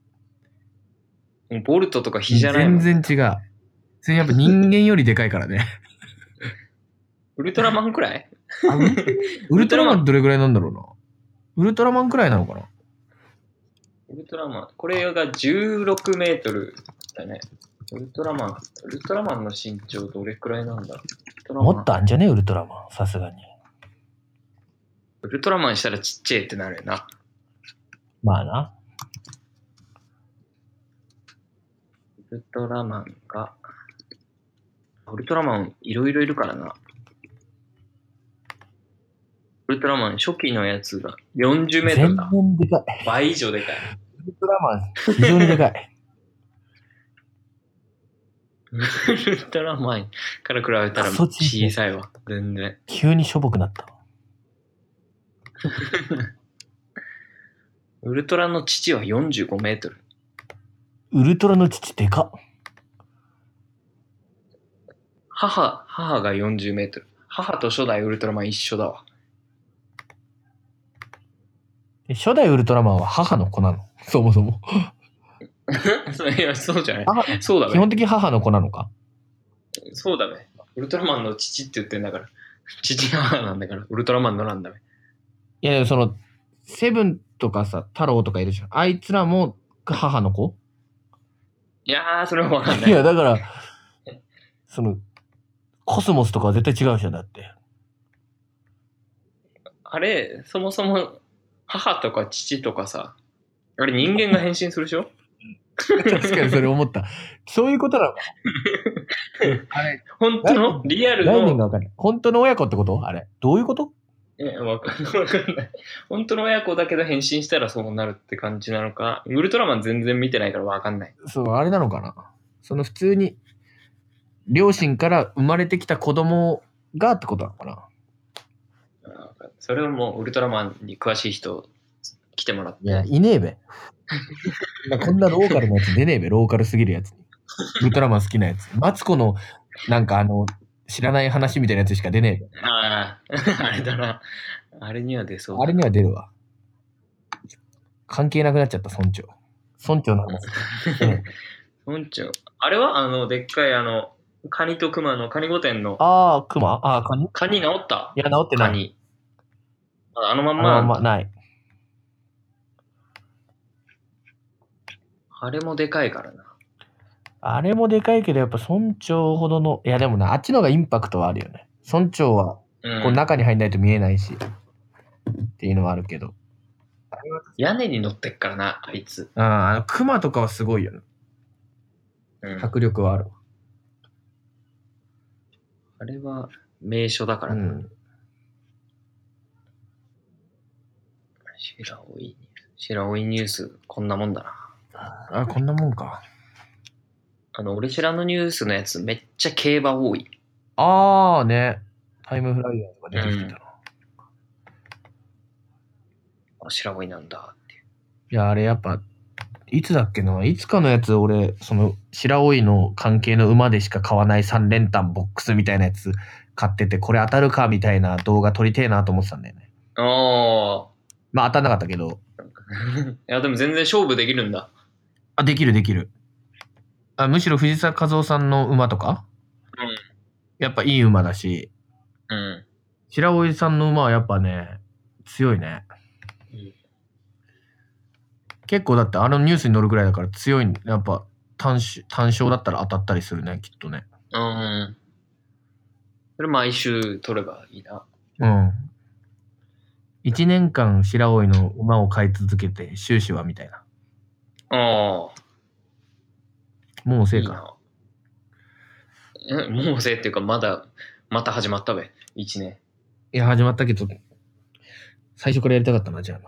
Speaker 2: ボルトとか比じゃないもん。
Speaker 1: 全然違う。それやっぱ人間よりでかいからね。
Speaker 2: ウルトラマンくらい？
Speaker 1: ウルトラマンどれぐらいなんだろうな。ウルトラマンくらいなのかな。
Speaker 2: ウルトラマン、これが16メートルだね。ウルトラマンの身長どれくらいなんだ？
Speaker 1: もっとあんじゃねウルトラマン、さすがに。
Speaker 2: ウルトラマンしたらちっちゃいってなるよな。
Speaker 1: まあな。
Speaker 2: ウルトラマンが、ウルトラマンいろいろいるからな。ウルトラマン初期のやつが40メートルだ。
Speaker 1: 全然でかい。
Speaker 2: 倍以上でかい。
Speaker 1: ウルトラマン、非常にでかい。
Speaker 2: ウルトラマンから比べたら小さいわ。全然。
Speaker 1: 急にしょぼくなった。
Speaker 2: ウルトラの父は45メートル。
Speaker 1: ウルトラの父でかっ。
Speaker 2: 母が40メートル。母と初代ウルトラマン一緒だわ。
Speaker 1: 初代ウルトラマンは母の子なの？そもそも。
Speaker 2: いや、そうじゃない。
Speaker 1: 母
Speaker 2: そうだべ。
Speaker 1: 基本的に母の子なのか？
Speaker 2: そうだべ。ウルトラマンの父って言ってんだから。父が母なんだから、ウルトラマンのなんだべ。
Speaker 1: いや、でもその、セブンとかさ、太郎とかいるじゃん。あいつらも母の子？
Speaker 2: いやー、それはわかんない。
Speaker 1: いや、だから、その、コスモスとかは絶対違うじゃん、だって。
Speaker 2: あれ、そもそも母とか父とかさ、あれ人間が変身するでしょ？
Speaker 1: 確かにそれ思った。そういうことなのかな。あれ、
Speaker 2: 本当のリアルの。
Speaker 1: 概念がわかんない。本当の親子ってこと？あれ。どういうこと？
Speaker 2: わかんない。本当の親子だけど変身したらそうなるって感じなのか。ウルトラマン全然見てないからわかんない。
Speaker 1: そう、あれなのかな。その普通に、両親から生まれてきた子供がってことなのかな。
Speaker 2: それをもうウルトラマンに詳しい人来てもらって。
Speaker 1: いや、いねえべ。こんなローカルなやつ出ねえべ、ローカルすぎるやつに。ウルトラマン好きなやつ。マツコの、なんか知らない話みたいなやつしか出ねえべ。
Speaker 2: ああ、あれだな。あれには出そうだ。
Speaker 1: あれには出るわ。関係なくなっちゃった、村長。村長の話。
Speaker 2: 村長。あれはでっかいカニとクマのカニ御殿の。
Speaker 1: ああ、クマ？ああ、カニ？
Speaker 2: カニ治った？
Speaker 1: いや、治ってない。
Speaker 2: カニ。あのまん
Speaker 1: あ
Speaker 2: ま
Speaker 1: のまんまない。
Speaker 2: あれもでかいからな。
Speaker 1: あれもでかいけど、やっぱ村長ほどの、いやでもな、あっちの方がインパクトはあるよね。村長は、こう中に入んないと見えないし、っていうのはあるけど。
Speaker 2: 屋根に乗ってっからな、あいつ。
Speaker 1: クマとかはすごいよね。迫力はある。
Speaker 2: あれは名所だからな。白老ニュース、こんなもんだな。
Speaker 1: こんなもんか。
Speaker 2: 俺知らぬニュースのやつ、めっちゃ競馬多い。
Speaker 1: ね。タイムフライヤーとか出てきてたな。
Speaker 2: 白老なんだって。
Speaker 1: いや、あれやっぱ、いつだっけな、いつかのやつ、俺、その、白老の関係の馬でしか買わない3連単ボックスみたいなやつ買ってて、これ当たるかみたいな動画撮りてえなと思ってたんだよね。まあ当たんなかったけど。
Speaker 2: いや、でも全然勝負できるんだ。
Speaker 1: できるできる。むしろ藤沢和夫さんの馬とか、やっぱいい馬だし、白老さんの馬はやっぱね、強いね。結構だってニュースに載るぐらいだから強い。やっぱ単勝だったら当たったりするね、きっとね。
Speaker 2: それ毎週取ればいいな。
Speaker 1: 1年間白老の馬を飼い続けて収支はみたいな。もうせいか。
Speaker 2: もうせいっていうかまた始まったべ、1年。
Speaker 1: いや、始まったけど、最初からやりたかったな、じゃあな。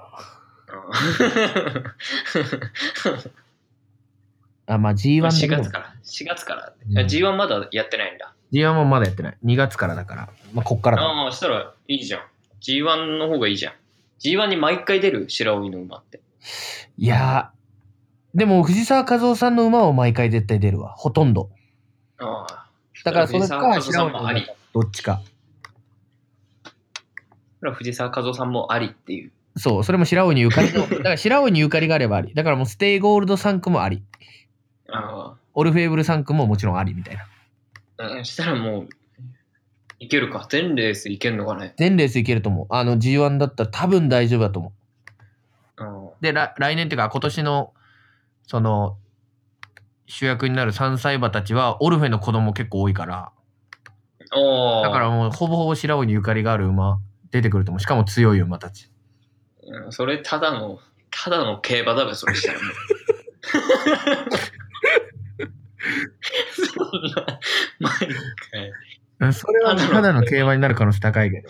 Speaker 1: まあ G1 だけど。
Speaker 2: 4月から。G1 まだやってないんだ。
Speaker 1: G1 もまだやってない。2月からだから。まあ、こっからだ。
Speaker 2: したらいいじゃん。G1 の方がいいじゃん。G1 に毎回出る白老の馬って。
Speaker 1: いやでも藤沢和夫さんの馬を毎回絶対出るわ。ほとんど。だからそれか白老の馬どっちか。
Speaker 2: 藤沢和夫さんもありっていう。
Speaker 1: そう、それも白老にゆかりの。だから白老にゆかりがあればあり。だからもうステイゴールド3区もあり。オルフェーブル3区ももちろんありみたい
Speaker 2: な。したらもう、いけるか。全レースいけるのかね。
Speaker 1: 全レースいけると思う。G1 だったら多分大丈夫だと思う。で、来年っていうか今年の、その、主役になる3歳馬たちはオルフェの子供結構多いから。だからもうほぼほぼ白老にゆかりがある馬出てくると思う。しかも強い馬たち。
Speaker 2: それただの競馬だべ、それしたらもう。そんな、毎
Speaker 1: 回。それはただの競馬になる可能性高いけど。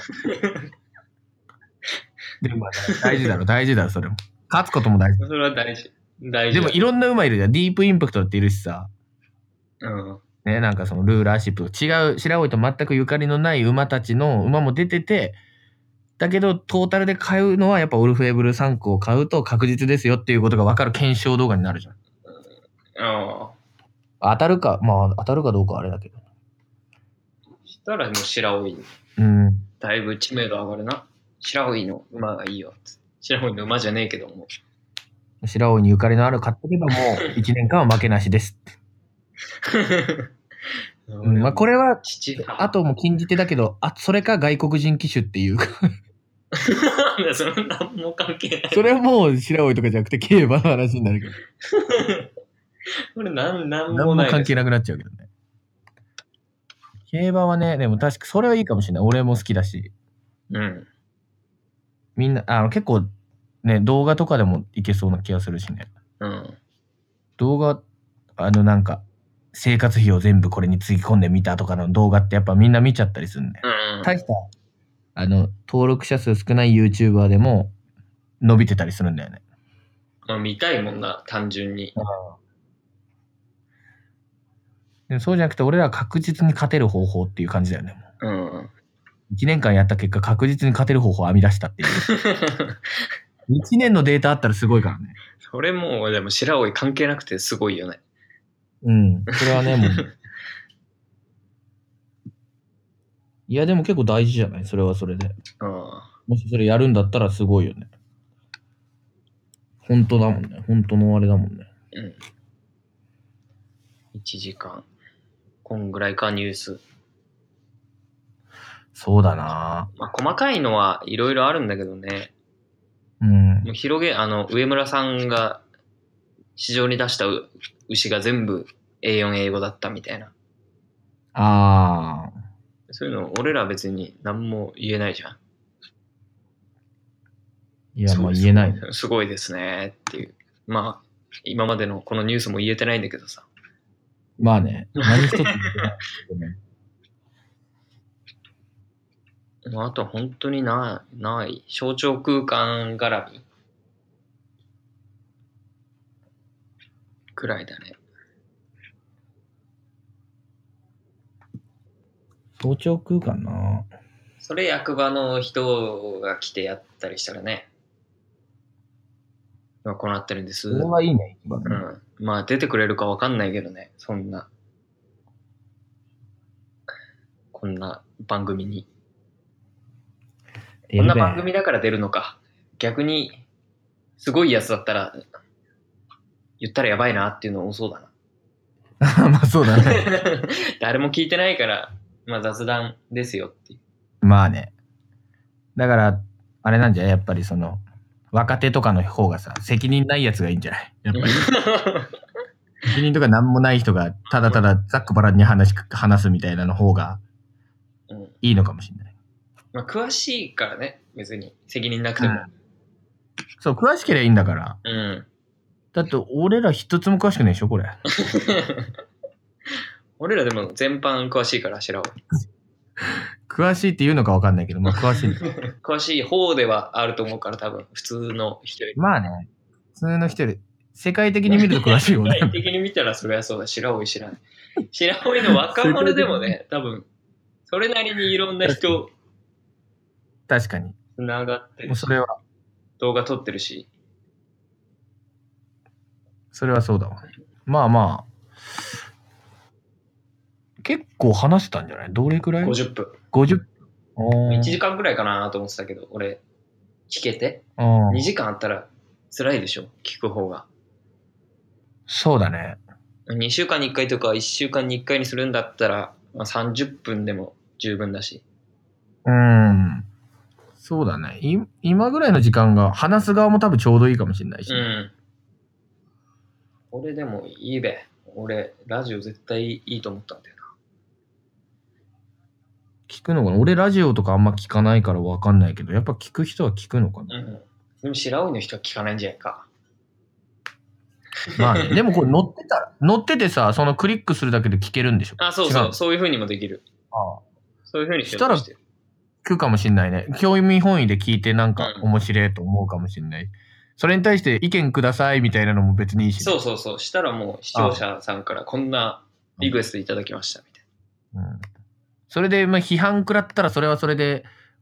Speaker 1: でも大事だろ、それも。勝つことも大事。
Speaker 2: それは大事。
Speaker 1: でもいろんな馬いるじゃん。ディープインパクトっているしさ。ね、なんかそのルーラーシップ。違う、白老と全くゆかりのない馬たちの馬も出てて、 だけど、トータルで買うのはやっぱオルフェーブル3個を買うと確実ですよっていうことが分かる検証動画になるじゃん。
Speaker 2: あ
Speaker 1: 当たるか、まあ当たるかどうかはあれだけど。
Speaker 2: したらもう白老、だいぶ知名度上がるな。白老の馬がいいよ。白老の馬じゃねえけども。
Speaker 1: 白老にゆかりのある買ってけばもう1年間は負けなしですって。まあこれは、あとも禁じ手だけど、それか外国人騎手っていうか。
Speaker 2: それ何も関係ない。
Speaker 1: それはもう白老とかじゃなくて競馬の話になるけど。
Speaker 2: これ何
Speaker 1: も関係なくなっちゃうけどね。競馬はね、でも確かそれはいいかもしれない。俺も好きだし。
Speaker 2: うん。
Speaker 1: みんな、結構ね、動画とかでもいけそうな気がするしね。
Speaker 2: うん。
Speaker 1: 動画、なんか、生活費を全部これにつぎ込んでみたとかの動画ってやっぱみんな見ちゃったりするんで。大した、登録者数少ない YouTuber でも伸びてたりするんだよね。
Speaker 2: まあ見たいもんな、単純に。
Speaker 1: でもそうじゃなくて俺らは確実に勝てる方法っていう感じだよね。
Speaker 2: うん。
Speaker 1: 1年間やった結果確実に勝てる方法を編み出したっていう。1年のデータあったらすごいからね。
Speaker 2: それもうでも白老関係なくてすごいよね。
Speaker 1: うん。それはね、もう。いや、でも結構大事じゃない？それはそれで。もしそれやるんだったらすごいよね。本当だもんね。本当のあれだもんね。
Speaker 2: うん。1時間。こんぐらいか、ニュース。
Speaker 1: そうだな。
Speaker 2: まあ、細かいのはいろいろあるんだけどね。
Speaker 1: うん。
Speaker 2: もう上村さんが市場に出した牛が全部 A4 英語だったみたいな。
Speaker 1: ああ。
Speaker 2: そういうの、俺ら別に何も言えないじゃん。
Speaker 1: いや、まあ言えない。
Speaker 2: すごいですねっていう。まあ、今までのこのニュースも言えてないんだけどさ。
Speaker 1: まあね、何一つ言えてないけどね。
Speaker 2: あとは本当にない。象徴空間絡みくらいだね。
Speaker 1: 象徴空間な。
Speaker 2: それ役場の人が来てやったりしたらね。今こうなってるんです。
Speaker 1: それはいいね、
Speaker 2: 一番ね。うん。まあ出てくれるかわかんないけどね。そんな。こんな番組に。こんな番組だから出るのか。逆に、すごいやつだったら、言ったらやばいなっていうの多そうだ
Speaker 1: な。まあそうだね。
Speaker 2: 誰も聞いてないから、まあ雑談ですよっていう。
Speaker 1: まあね。だから、あれなんじゃやっぱりその、若手とかの方がさ、責任ないやつがいいんじゃないやっぱり。責任とかなんもない人が、ただただざっくばらんに話すみたいなの方が、いいのかもしれない。
Speaker 2: まあ詳しいからね、別に。責任なくても。
Speaker 1: そう、詳しければいいんだから。
Speaker 2: うん。
Speaker 1: だって、俺ら一つも詳しくないでしょ、これ。
Speaker 2: 俺らでも全般詳しいから、白尾。
Speaker 1: 詳しいって言うのか分かんないけど、まあ詳しい。
Speaker 2: 詳しい方ではあると思うから、多分、普通の人より。
Speaker 1: まあね、普通の人より、世界的に見ると詳しいよね。
Speaker 2: 世界的に見たらそれはそうだ、白尾知らない。白尾の若者でもね、多分、それなりにいろんな人、
Speaker 1: 確かに。
Speaker 2: つながってるし、
Speaker 1: それは
Speaker 2: 動画撮ってるし。
Speaker 1: それはそうだわ。まあまあ、結構話したんじゃない？どれくらい
Speaker 2: ?50 分。
Speaker 1: 50分。
Speaker 2: 1時間くらいかなと思ってたけど、俺、聞けて。2時間あったら辛いでしょ、聞く方が。
Speaker 1: そうだね。
Speaker 2: 2週間に1回とか1週間に1回にするんだったら、まあ、30分でも十分だし。
Speaker 1: そうだね。今ぐらいの時間が話す側も多分ちょうどいいかもしれないし、ね。
Speaker 2: 俺でもいいべ。俺、ラジオ絶対いいと思ったんだよな。
Speaker 1: 聞くのかな？俺ラジオとかあんま聞かないから分かんないけど、やっぱ聞く人は聞くのかな？
Speaker 2: でも白老の人は聞かないんじゃないか。
Speaker 1: まあね、でもこれ乗っててさ、そのクリックするだけで聞けるんでしょ？
Speaker 2: あ、そうそう、そういう風にもできる。そういう風に
Speaker 1: したら聞くかもしんないね。興味本位で聞いてなんか面白いと思うかもしんない。それに対して意見くださいみたいなのも別にいいし、
Speaker 2: ね。そう。したらもう視聴者さんからこんなリクエストいただきましたみたいな。
Speaker 1: それでまあ批判食らったらそれはそれで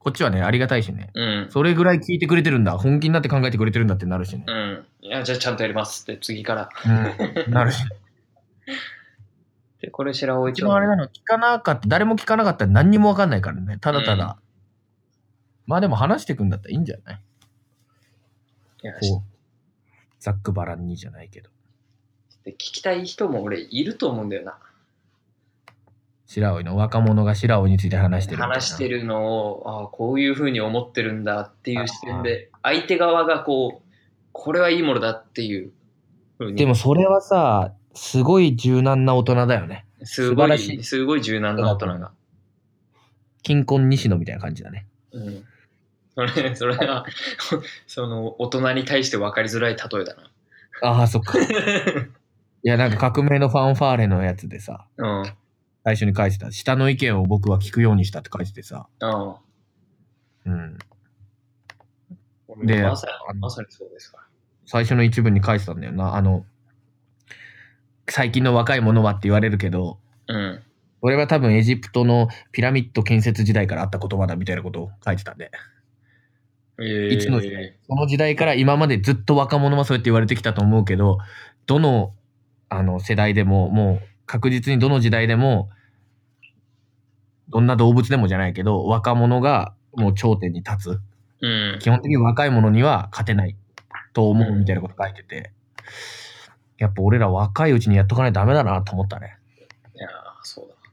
Speaker 1: こっちはね、ありがたいしね。
Speaker 2: うん。
Speaker 1: それぐらい聞いてくれてるんだ。本気になって考えてくれてるんだってなるしね。
Speaker 2: うん。いや、じゃあちゃんとやりますって、次から。
Speaker 1: なるし。
Speaker 2: で、これ白老
Speaker 1: 一番あれなの、聞かなかった、誰も聞かなかったら何にもわかんないからね。ただただ。まあでも話してくんだったらいいんじゃない？
Speaker 2: いや、
Speaker 1: こう、ざっくばらんにじゃないけど。
Speaker 2: で聞きたい人も俺いると思うんだよな。
Speaker 1: 白老の若者が白老について話してるみたいな。
Speaker 2: 話してるのを、こういう風に思ってるんだっていう視点で、相手側がこう、これはいいものだっていう風に。
Speaker 1: でもそれはさ、すごい柔軟な大人だよね。
Speaker 2: すごい柔軟な大人が。
Speaker 1: 金婚西野みたいな感じだね。
Speaker 2: うん。それは、その、大人に対して分かりづらい例えだな。
Speaker 1: ああ、そっか。いや、なんか革命のファンファーレのやつでさ、
Speaker 2: うん。
Speaker 1: 最初に書いてた。下の意見を僕は聞くようにしたって書いててさ。
Speaker 2: うん。
Speaker 1: うん。で、
Speaker 2: まさにそうですから。
Speaker 1: 最初の一文に書いてたんだよな。最近の若い者はって言われるけど、
Speaker 2: うん。
Speaker 1: 俺は多分エジプトのピラミッド建設時代からあった言葉だみたいなことを書いてたんで。いつの時代、その時代から今までずっと若者はそうやって言われてきたと思うけど、どの世代でも、もう確実にどの時代でも、どんな動物でもじゃないけど、若者がもう頂点に立つ。
Speaker 2: うん、
Speaker 1: 基本的に若い者には勝てないと思うみたいなこと書いてて、やっぱ俺ら若いうちにやっとかないとダメだなと思ったね。
Speaker 2: いやそうだ。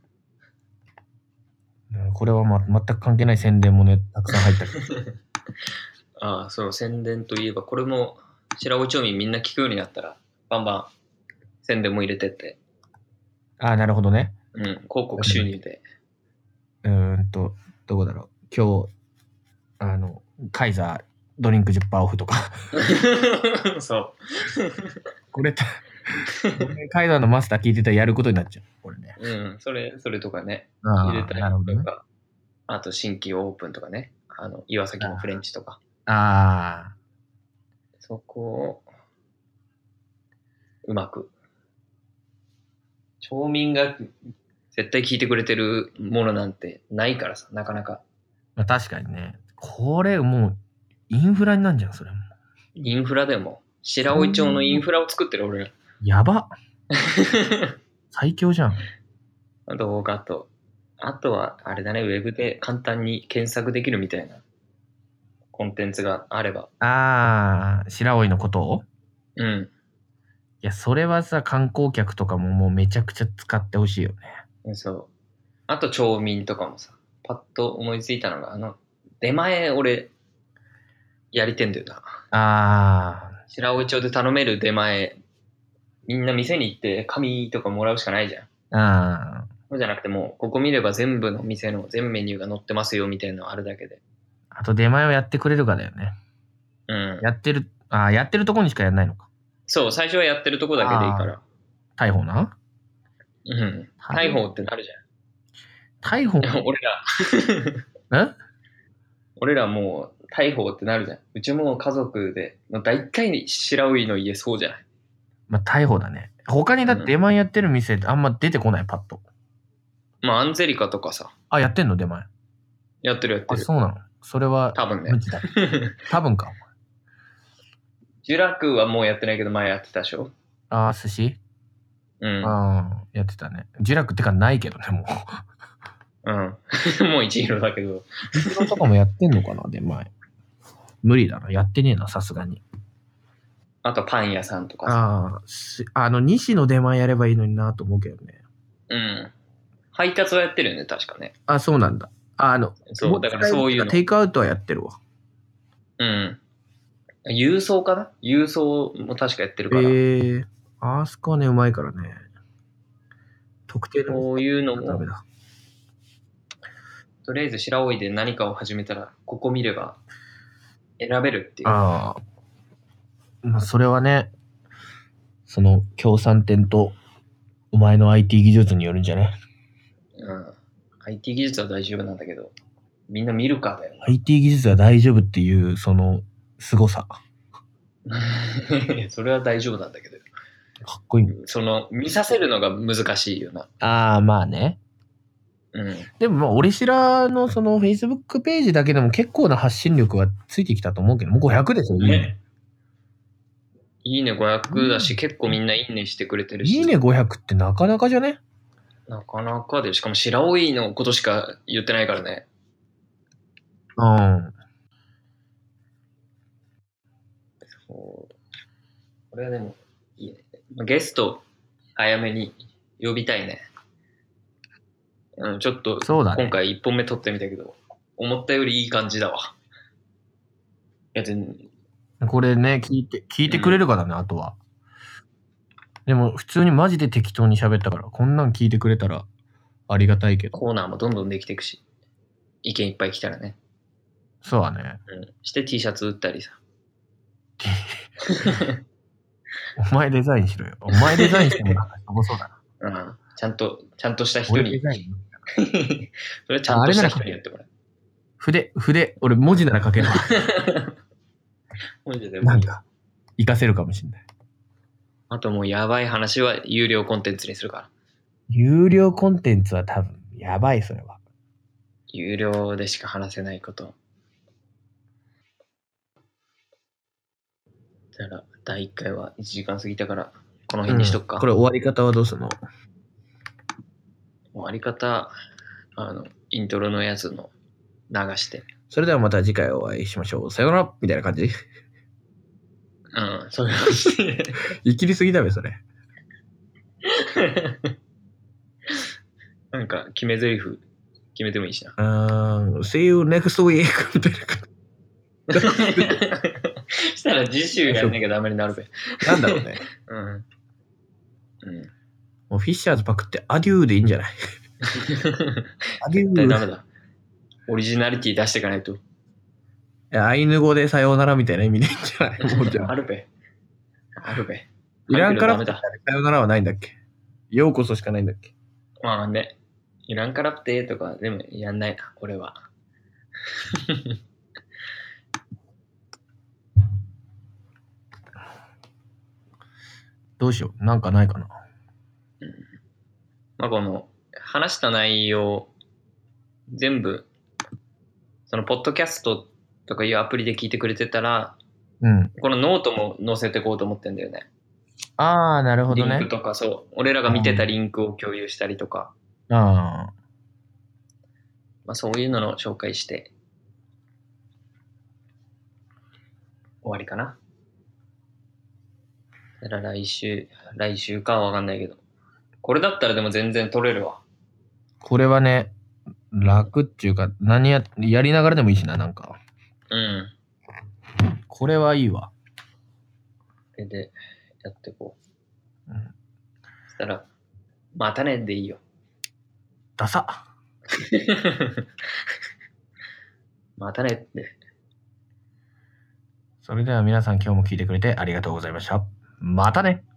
Speaker 1: これは、全く関係ない宣伝もね、たくさん入ったけ
Speaker 2: ど。そう、宣伝といえば、これも白老町民みんな聞くようになったら、バンバン宣伝も入れてって。
Speaker 1: なるほどね。
Speaker 2: うん、広告収入で。
Speaker 1: どこだろう。今日、カイザードリンク 10% オフとか。
Speaker 2: そう。
Speaker 1: これ、カイザーのマスター聞いてたらやることになっちゃう。これね。
Speaker 2: うん、それとかね。入れたりとか、ね。あと新規オープンとかね。岩崎のフレンチとか。そこを、うまく。町民が絶対聞いてくれてるものなんてないからさ、なかなか。
Speaker 1: 確かにね。これもう、インフラになんじゃん、それも。
Speaker 2: インフラでも。白老町のインフラを作ってる俺ら。
Speaker 1: やば。最強じゃん。
Speaker 2: 動画と。あとは、あれだね、ウェブで簡単に検索できるみたいなコンテンツがあれば。
Speaker 1: 白老のことを？
Speaker 2: うん。
Speaker 1: いや、それはさ、観光客とかももうめちゃくちゃ使ってほしいよ
Speaker 2: ね。そう。あと、町民とかもさ、パッと思いついたのが、出前俺、やりてんだよな。白老町で頼める出前、みんな店に行って紙とかもらうしかないじゃん。そうじゃなくてもう、ここ見れば全部の店の全メニューが載ってますよみたいなのあるだけで。
Speaker 1: あと出前をやってくれるかだよね。
Speaker 2: うん。
Speaker 1: やってるとこにしかやんないのか。
Speaker 2: そう、最初はやってるとこだけでいいから。
Speaker 1: 大砲な。
Speaker 2: うん。大砲ってなるじゃん。
Speaker 1: 大砲
Speaker 2: 俺ら。俺らもう、大砲ってなるじゃん。うちも家族で、大体白老の家そうじゃない。
Speaker 1: 大砲だね。他にだって出前やってる店ってあんま出てこない、パッと。
Speaker 2: アンゼリカとかさ。
Speaker 1: やってんの出前。
Speaker 2: やってる。
Speaker 1: そうなの。それは、
Speaker 2: 多分ね。
Speaker 1: 多分か。
Speaker 2: ジュラクはもうやってないけど前やってたでしょ。
Speaker 1: 寿司？
Speaker 2: うん。
Speaker 1: やってたね。ジュラクってかないけどね、も
Speaker 2: う。うん。もう1キロだけど。
Speaker 1: 1キロとかもやってんのかな、出前。無理だな。やってねえな、さすがに。
Speaker 2: あとパン屋さんとか
Speaker 1: さ。西の出前やればいいのになと思うけどね。
Speaker 2: うん。配達はやってるよね、確かね。
Speaker 1: そうなんだ。
Speaker 2: そう、だからそういうの。
Speaker 1: テイクアウトはやってるわ。
Speaker 2: うん。郵送かな？郵送も確かやってるから。
Speaker 1: あそこはね、うまいからね。特定の。
Speaker 2: こういうのも
Speaker 1: ダメだ。
Speaker 2: とりあえず白老で何かを始めたら、ここ見れば選べるっていう。
Speaker 1: それはね、その協賛店とお前の IT 技術によるんじゃね？
Speaker 2: うん。IT 技術は大丈夫なんだけど、みんな見るかだよ。
Speaker 1: IT 技術は大丈夫っていう、その、凄さ。
Speaker 2: それは大丈夫なんだけど。
Speaker 1: かっこいい。
Speaker 2: 見させるのが難しいよな。
Speaker 1: まあね。
Speaker 2: うん。
Speaker 1: でもまあ、俺しらのその Facebook ページだけでも結構な発信力はついてきたと思うけど、もう500ですよ、いいね。
Speaker 2: ね。いいね500だし、結構みんないいねしてくれてるし。
Speaker 1: いいね500ってなかなかじゃね？
Speaker 2: なかなかで、しかも白老のことしか言ってないからね。
Speaker 1: うん。
Speaker 2: そう。これはでも、いいね。ゲスト、早めに呼びたいね。ちょっと、
Speaker 1: そうだね。
Speaker 2: 今回1本目撮ってみたけど、思ったよりいい感じだわ。いや、全然。
Speaker 1: これね、聞いてくれるからね、あとは。でも、普通にマジで適当に喋ったから、こんなん聞いてくれたらありがたいけど。
Speaker 2: コーナーもどんどんできていくし、意見いっぱい来たらね。
Speaker 1: そうだね。
Speaker 2: して T シャツ売ったりさ。
Speaker 1: お前デザインしろよ。お前デザインしてもなんかすごそうだ
Speaker 2: な。ちゃんとした人に。
Speaker 1: 俺デザイン
Speaker 2: それはちゃんとした人にやってもらう。
Speaker 1: 筆、俺文字なら書けるわ。
Speaker 2: 文字でも
Speaker 1: なんか、活かせるかもしんない。
Speaker 2: あともうやばい話は有料コンテンツにするから。
Speaker 1: 有料コンテンツは多分、やばい、それは。
Speaker 2: 有料でしか話せないこと。だから、第1回は1時間過ぎたから、この辺にしとくか。
Speaker 1: これ終わり方はどうするの？
Speaker 2: 終わり方、イントロのやつの流して。
Speaker 1: それではまた次回お会いしましょう。さよならみたいな感じ？
Speaker 2: そういう感じで。
Speaker 1: 生きりすぎだべ、それ。
Speaker 2: なんか、決め台詞決めてもいいしな。
Speaker 1: See you next week みたいな感
Speaker 2: じ。したら次週やんなきゃダメになるべ。
Speaker 1: なんだろうね。もうフィッシャーズパクってアデューでいいんじゃない？アデュー。
Speaker 2: 絶対ダメだ。オリジナリティ出していかないと。
Speaker 1: アイヌ語でさようならみたいな意味でいいんじゃない？もうじゃあ。
Speaker 2: あるべ。
Speaker 1: いらんから
Speaker 2: ダメだ。
Speaker 1: さよならはないんだっけ？ようこそしかないんだっけ？
Speaker 2: まあね。いらんからってとか、でもやんないな、俺は。
Speaker 1: どうしよう。なんかないかな。
Speaker 2: まあこの、話した内容、全部、その、ポッドキャストとかいうアプリで聞いてくれてたら、このノートも載せていこうと思ってんだよね。
Speaker 1: ああ、なるほどね。
Speaker 2: リンクとかそう。俺らが見てたリンクを共有したりとか。
Speaker 1: ま
Speaker 2: あそういうのの紹介して、終わりかな。だから来週かはわかんないけど。これだったらでも全然取れるわ。
Speaker 1: これはね、楽っていうか、やりながらでもいいしな、なんか。これはいいわ。
Speaker 2: で、やってこう。そしたら、またねでいいよ。
Speaker 1: ダサ。
Speaker 2: またねって。
Speaker 1: それでは皆さん今日も聞いてくれてありがとうございました。またね。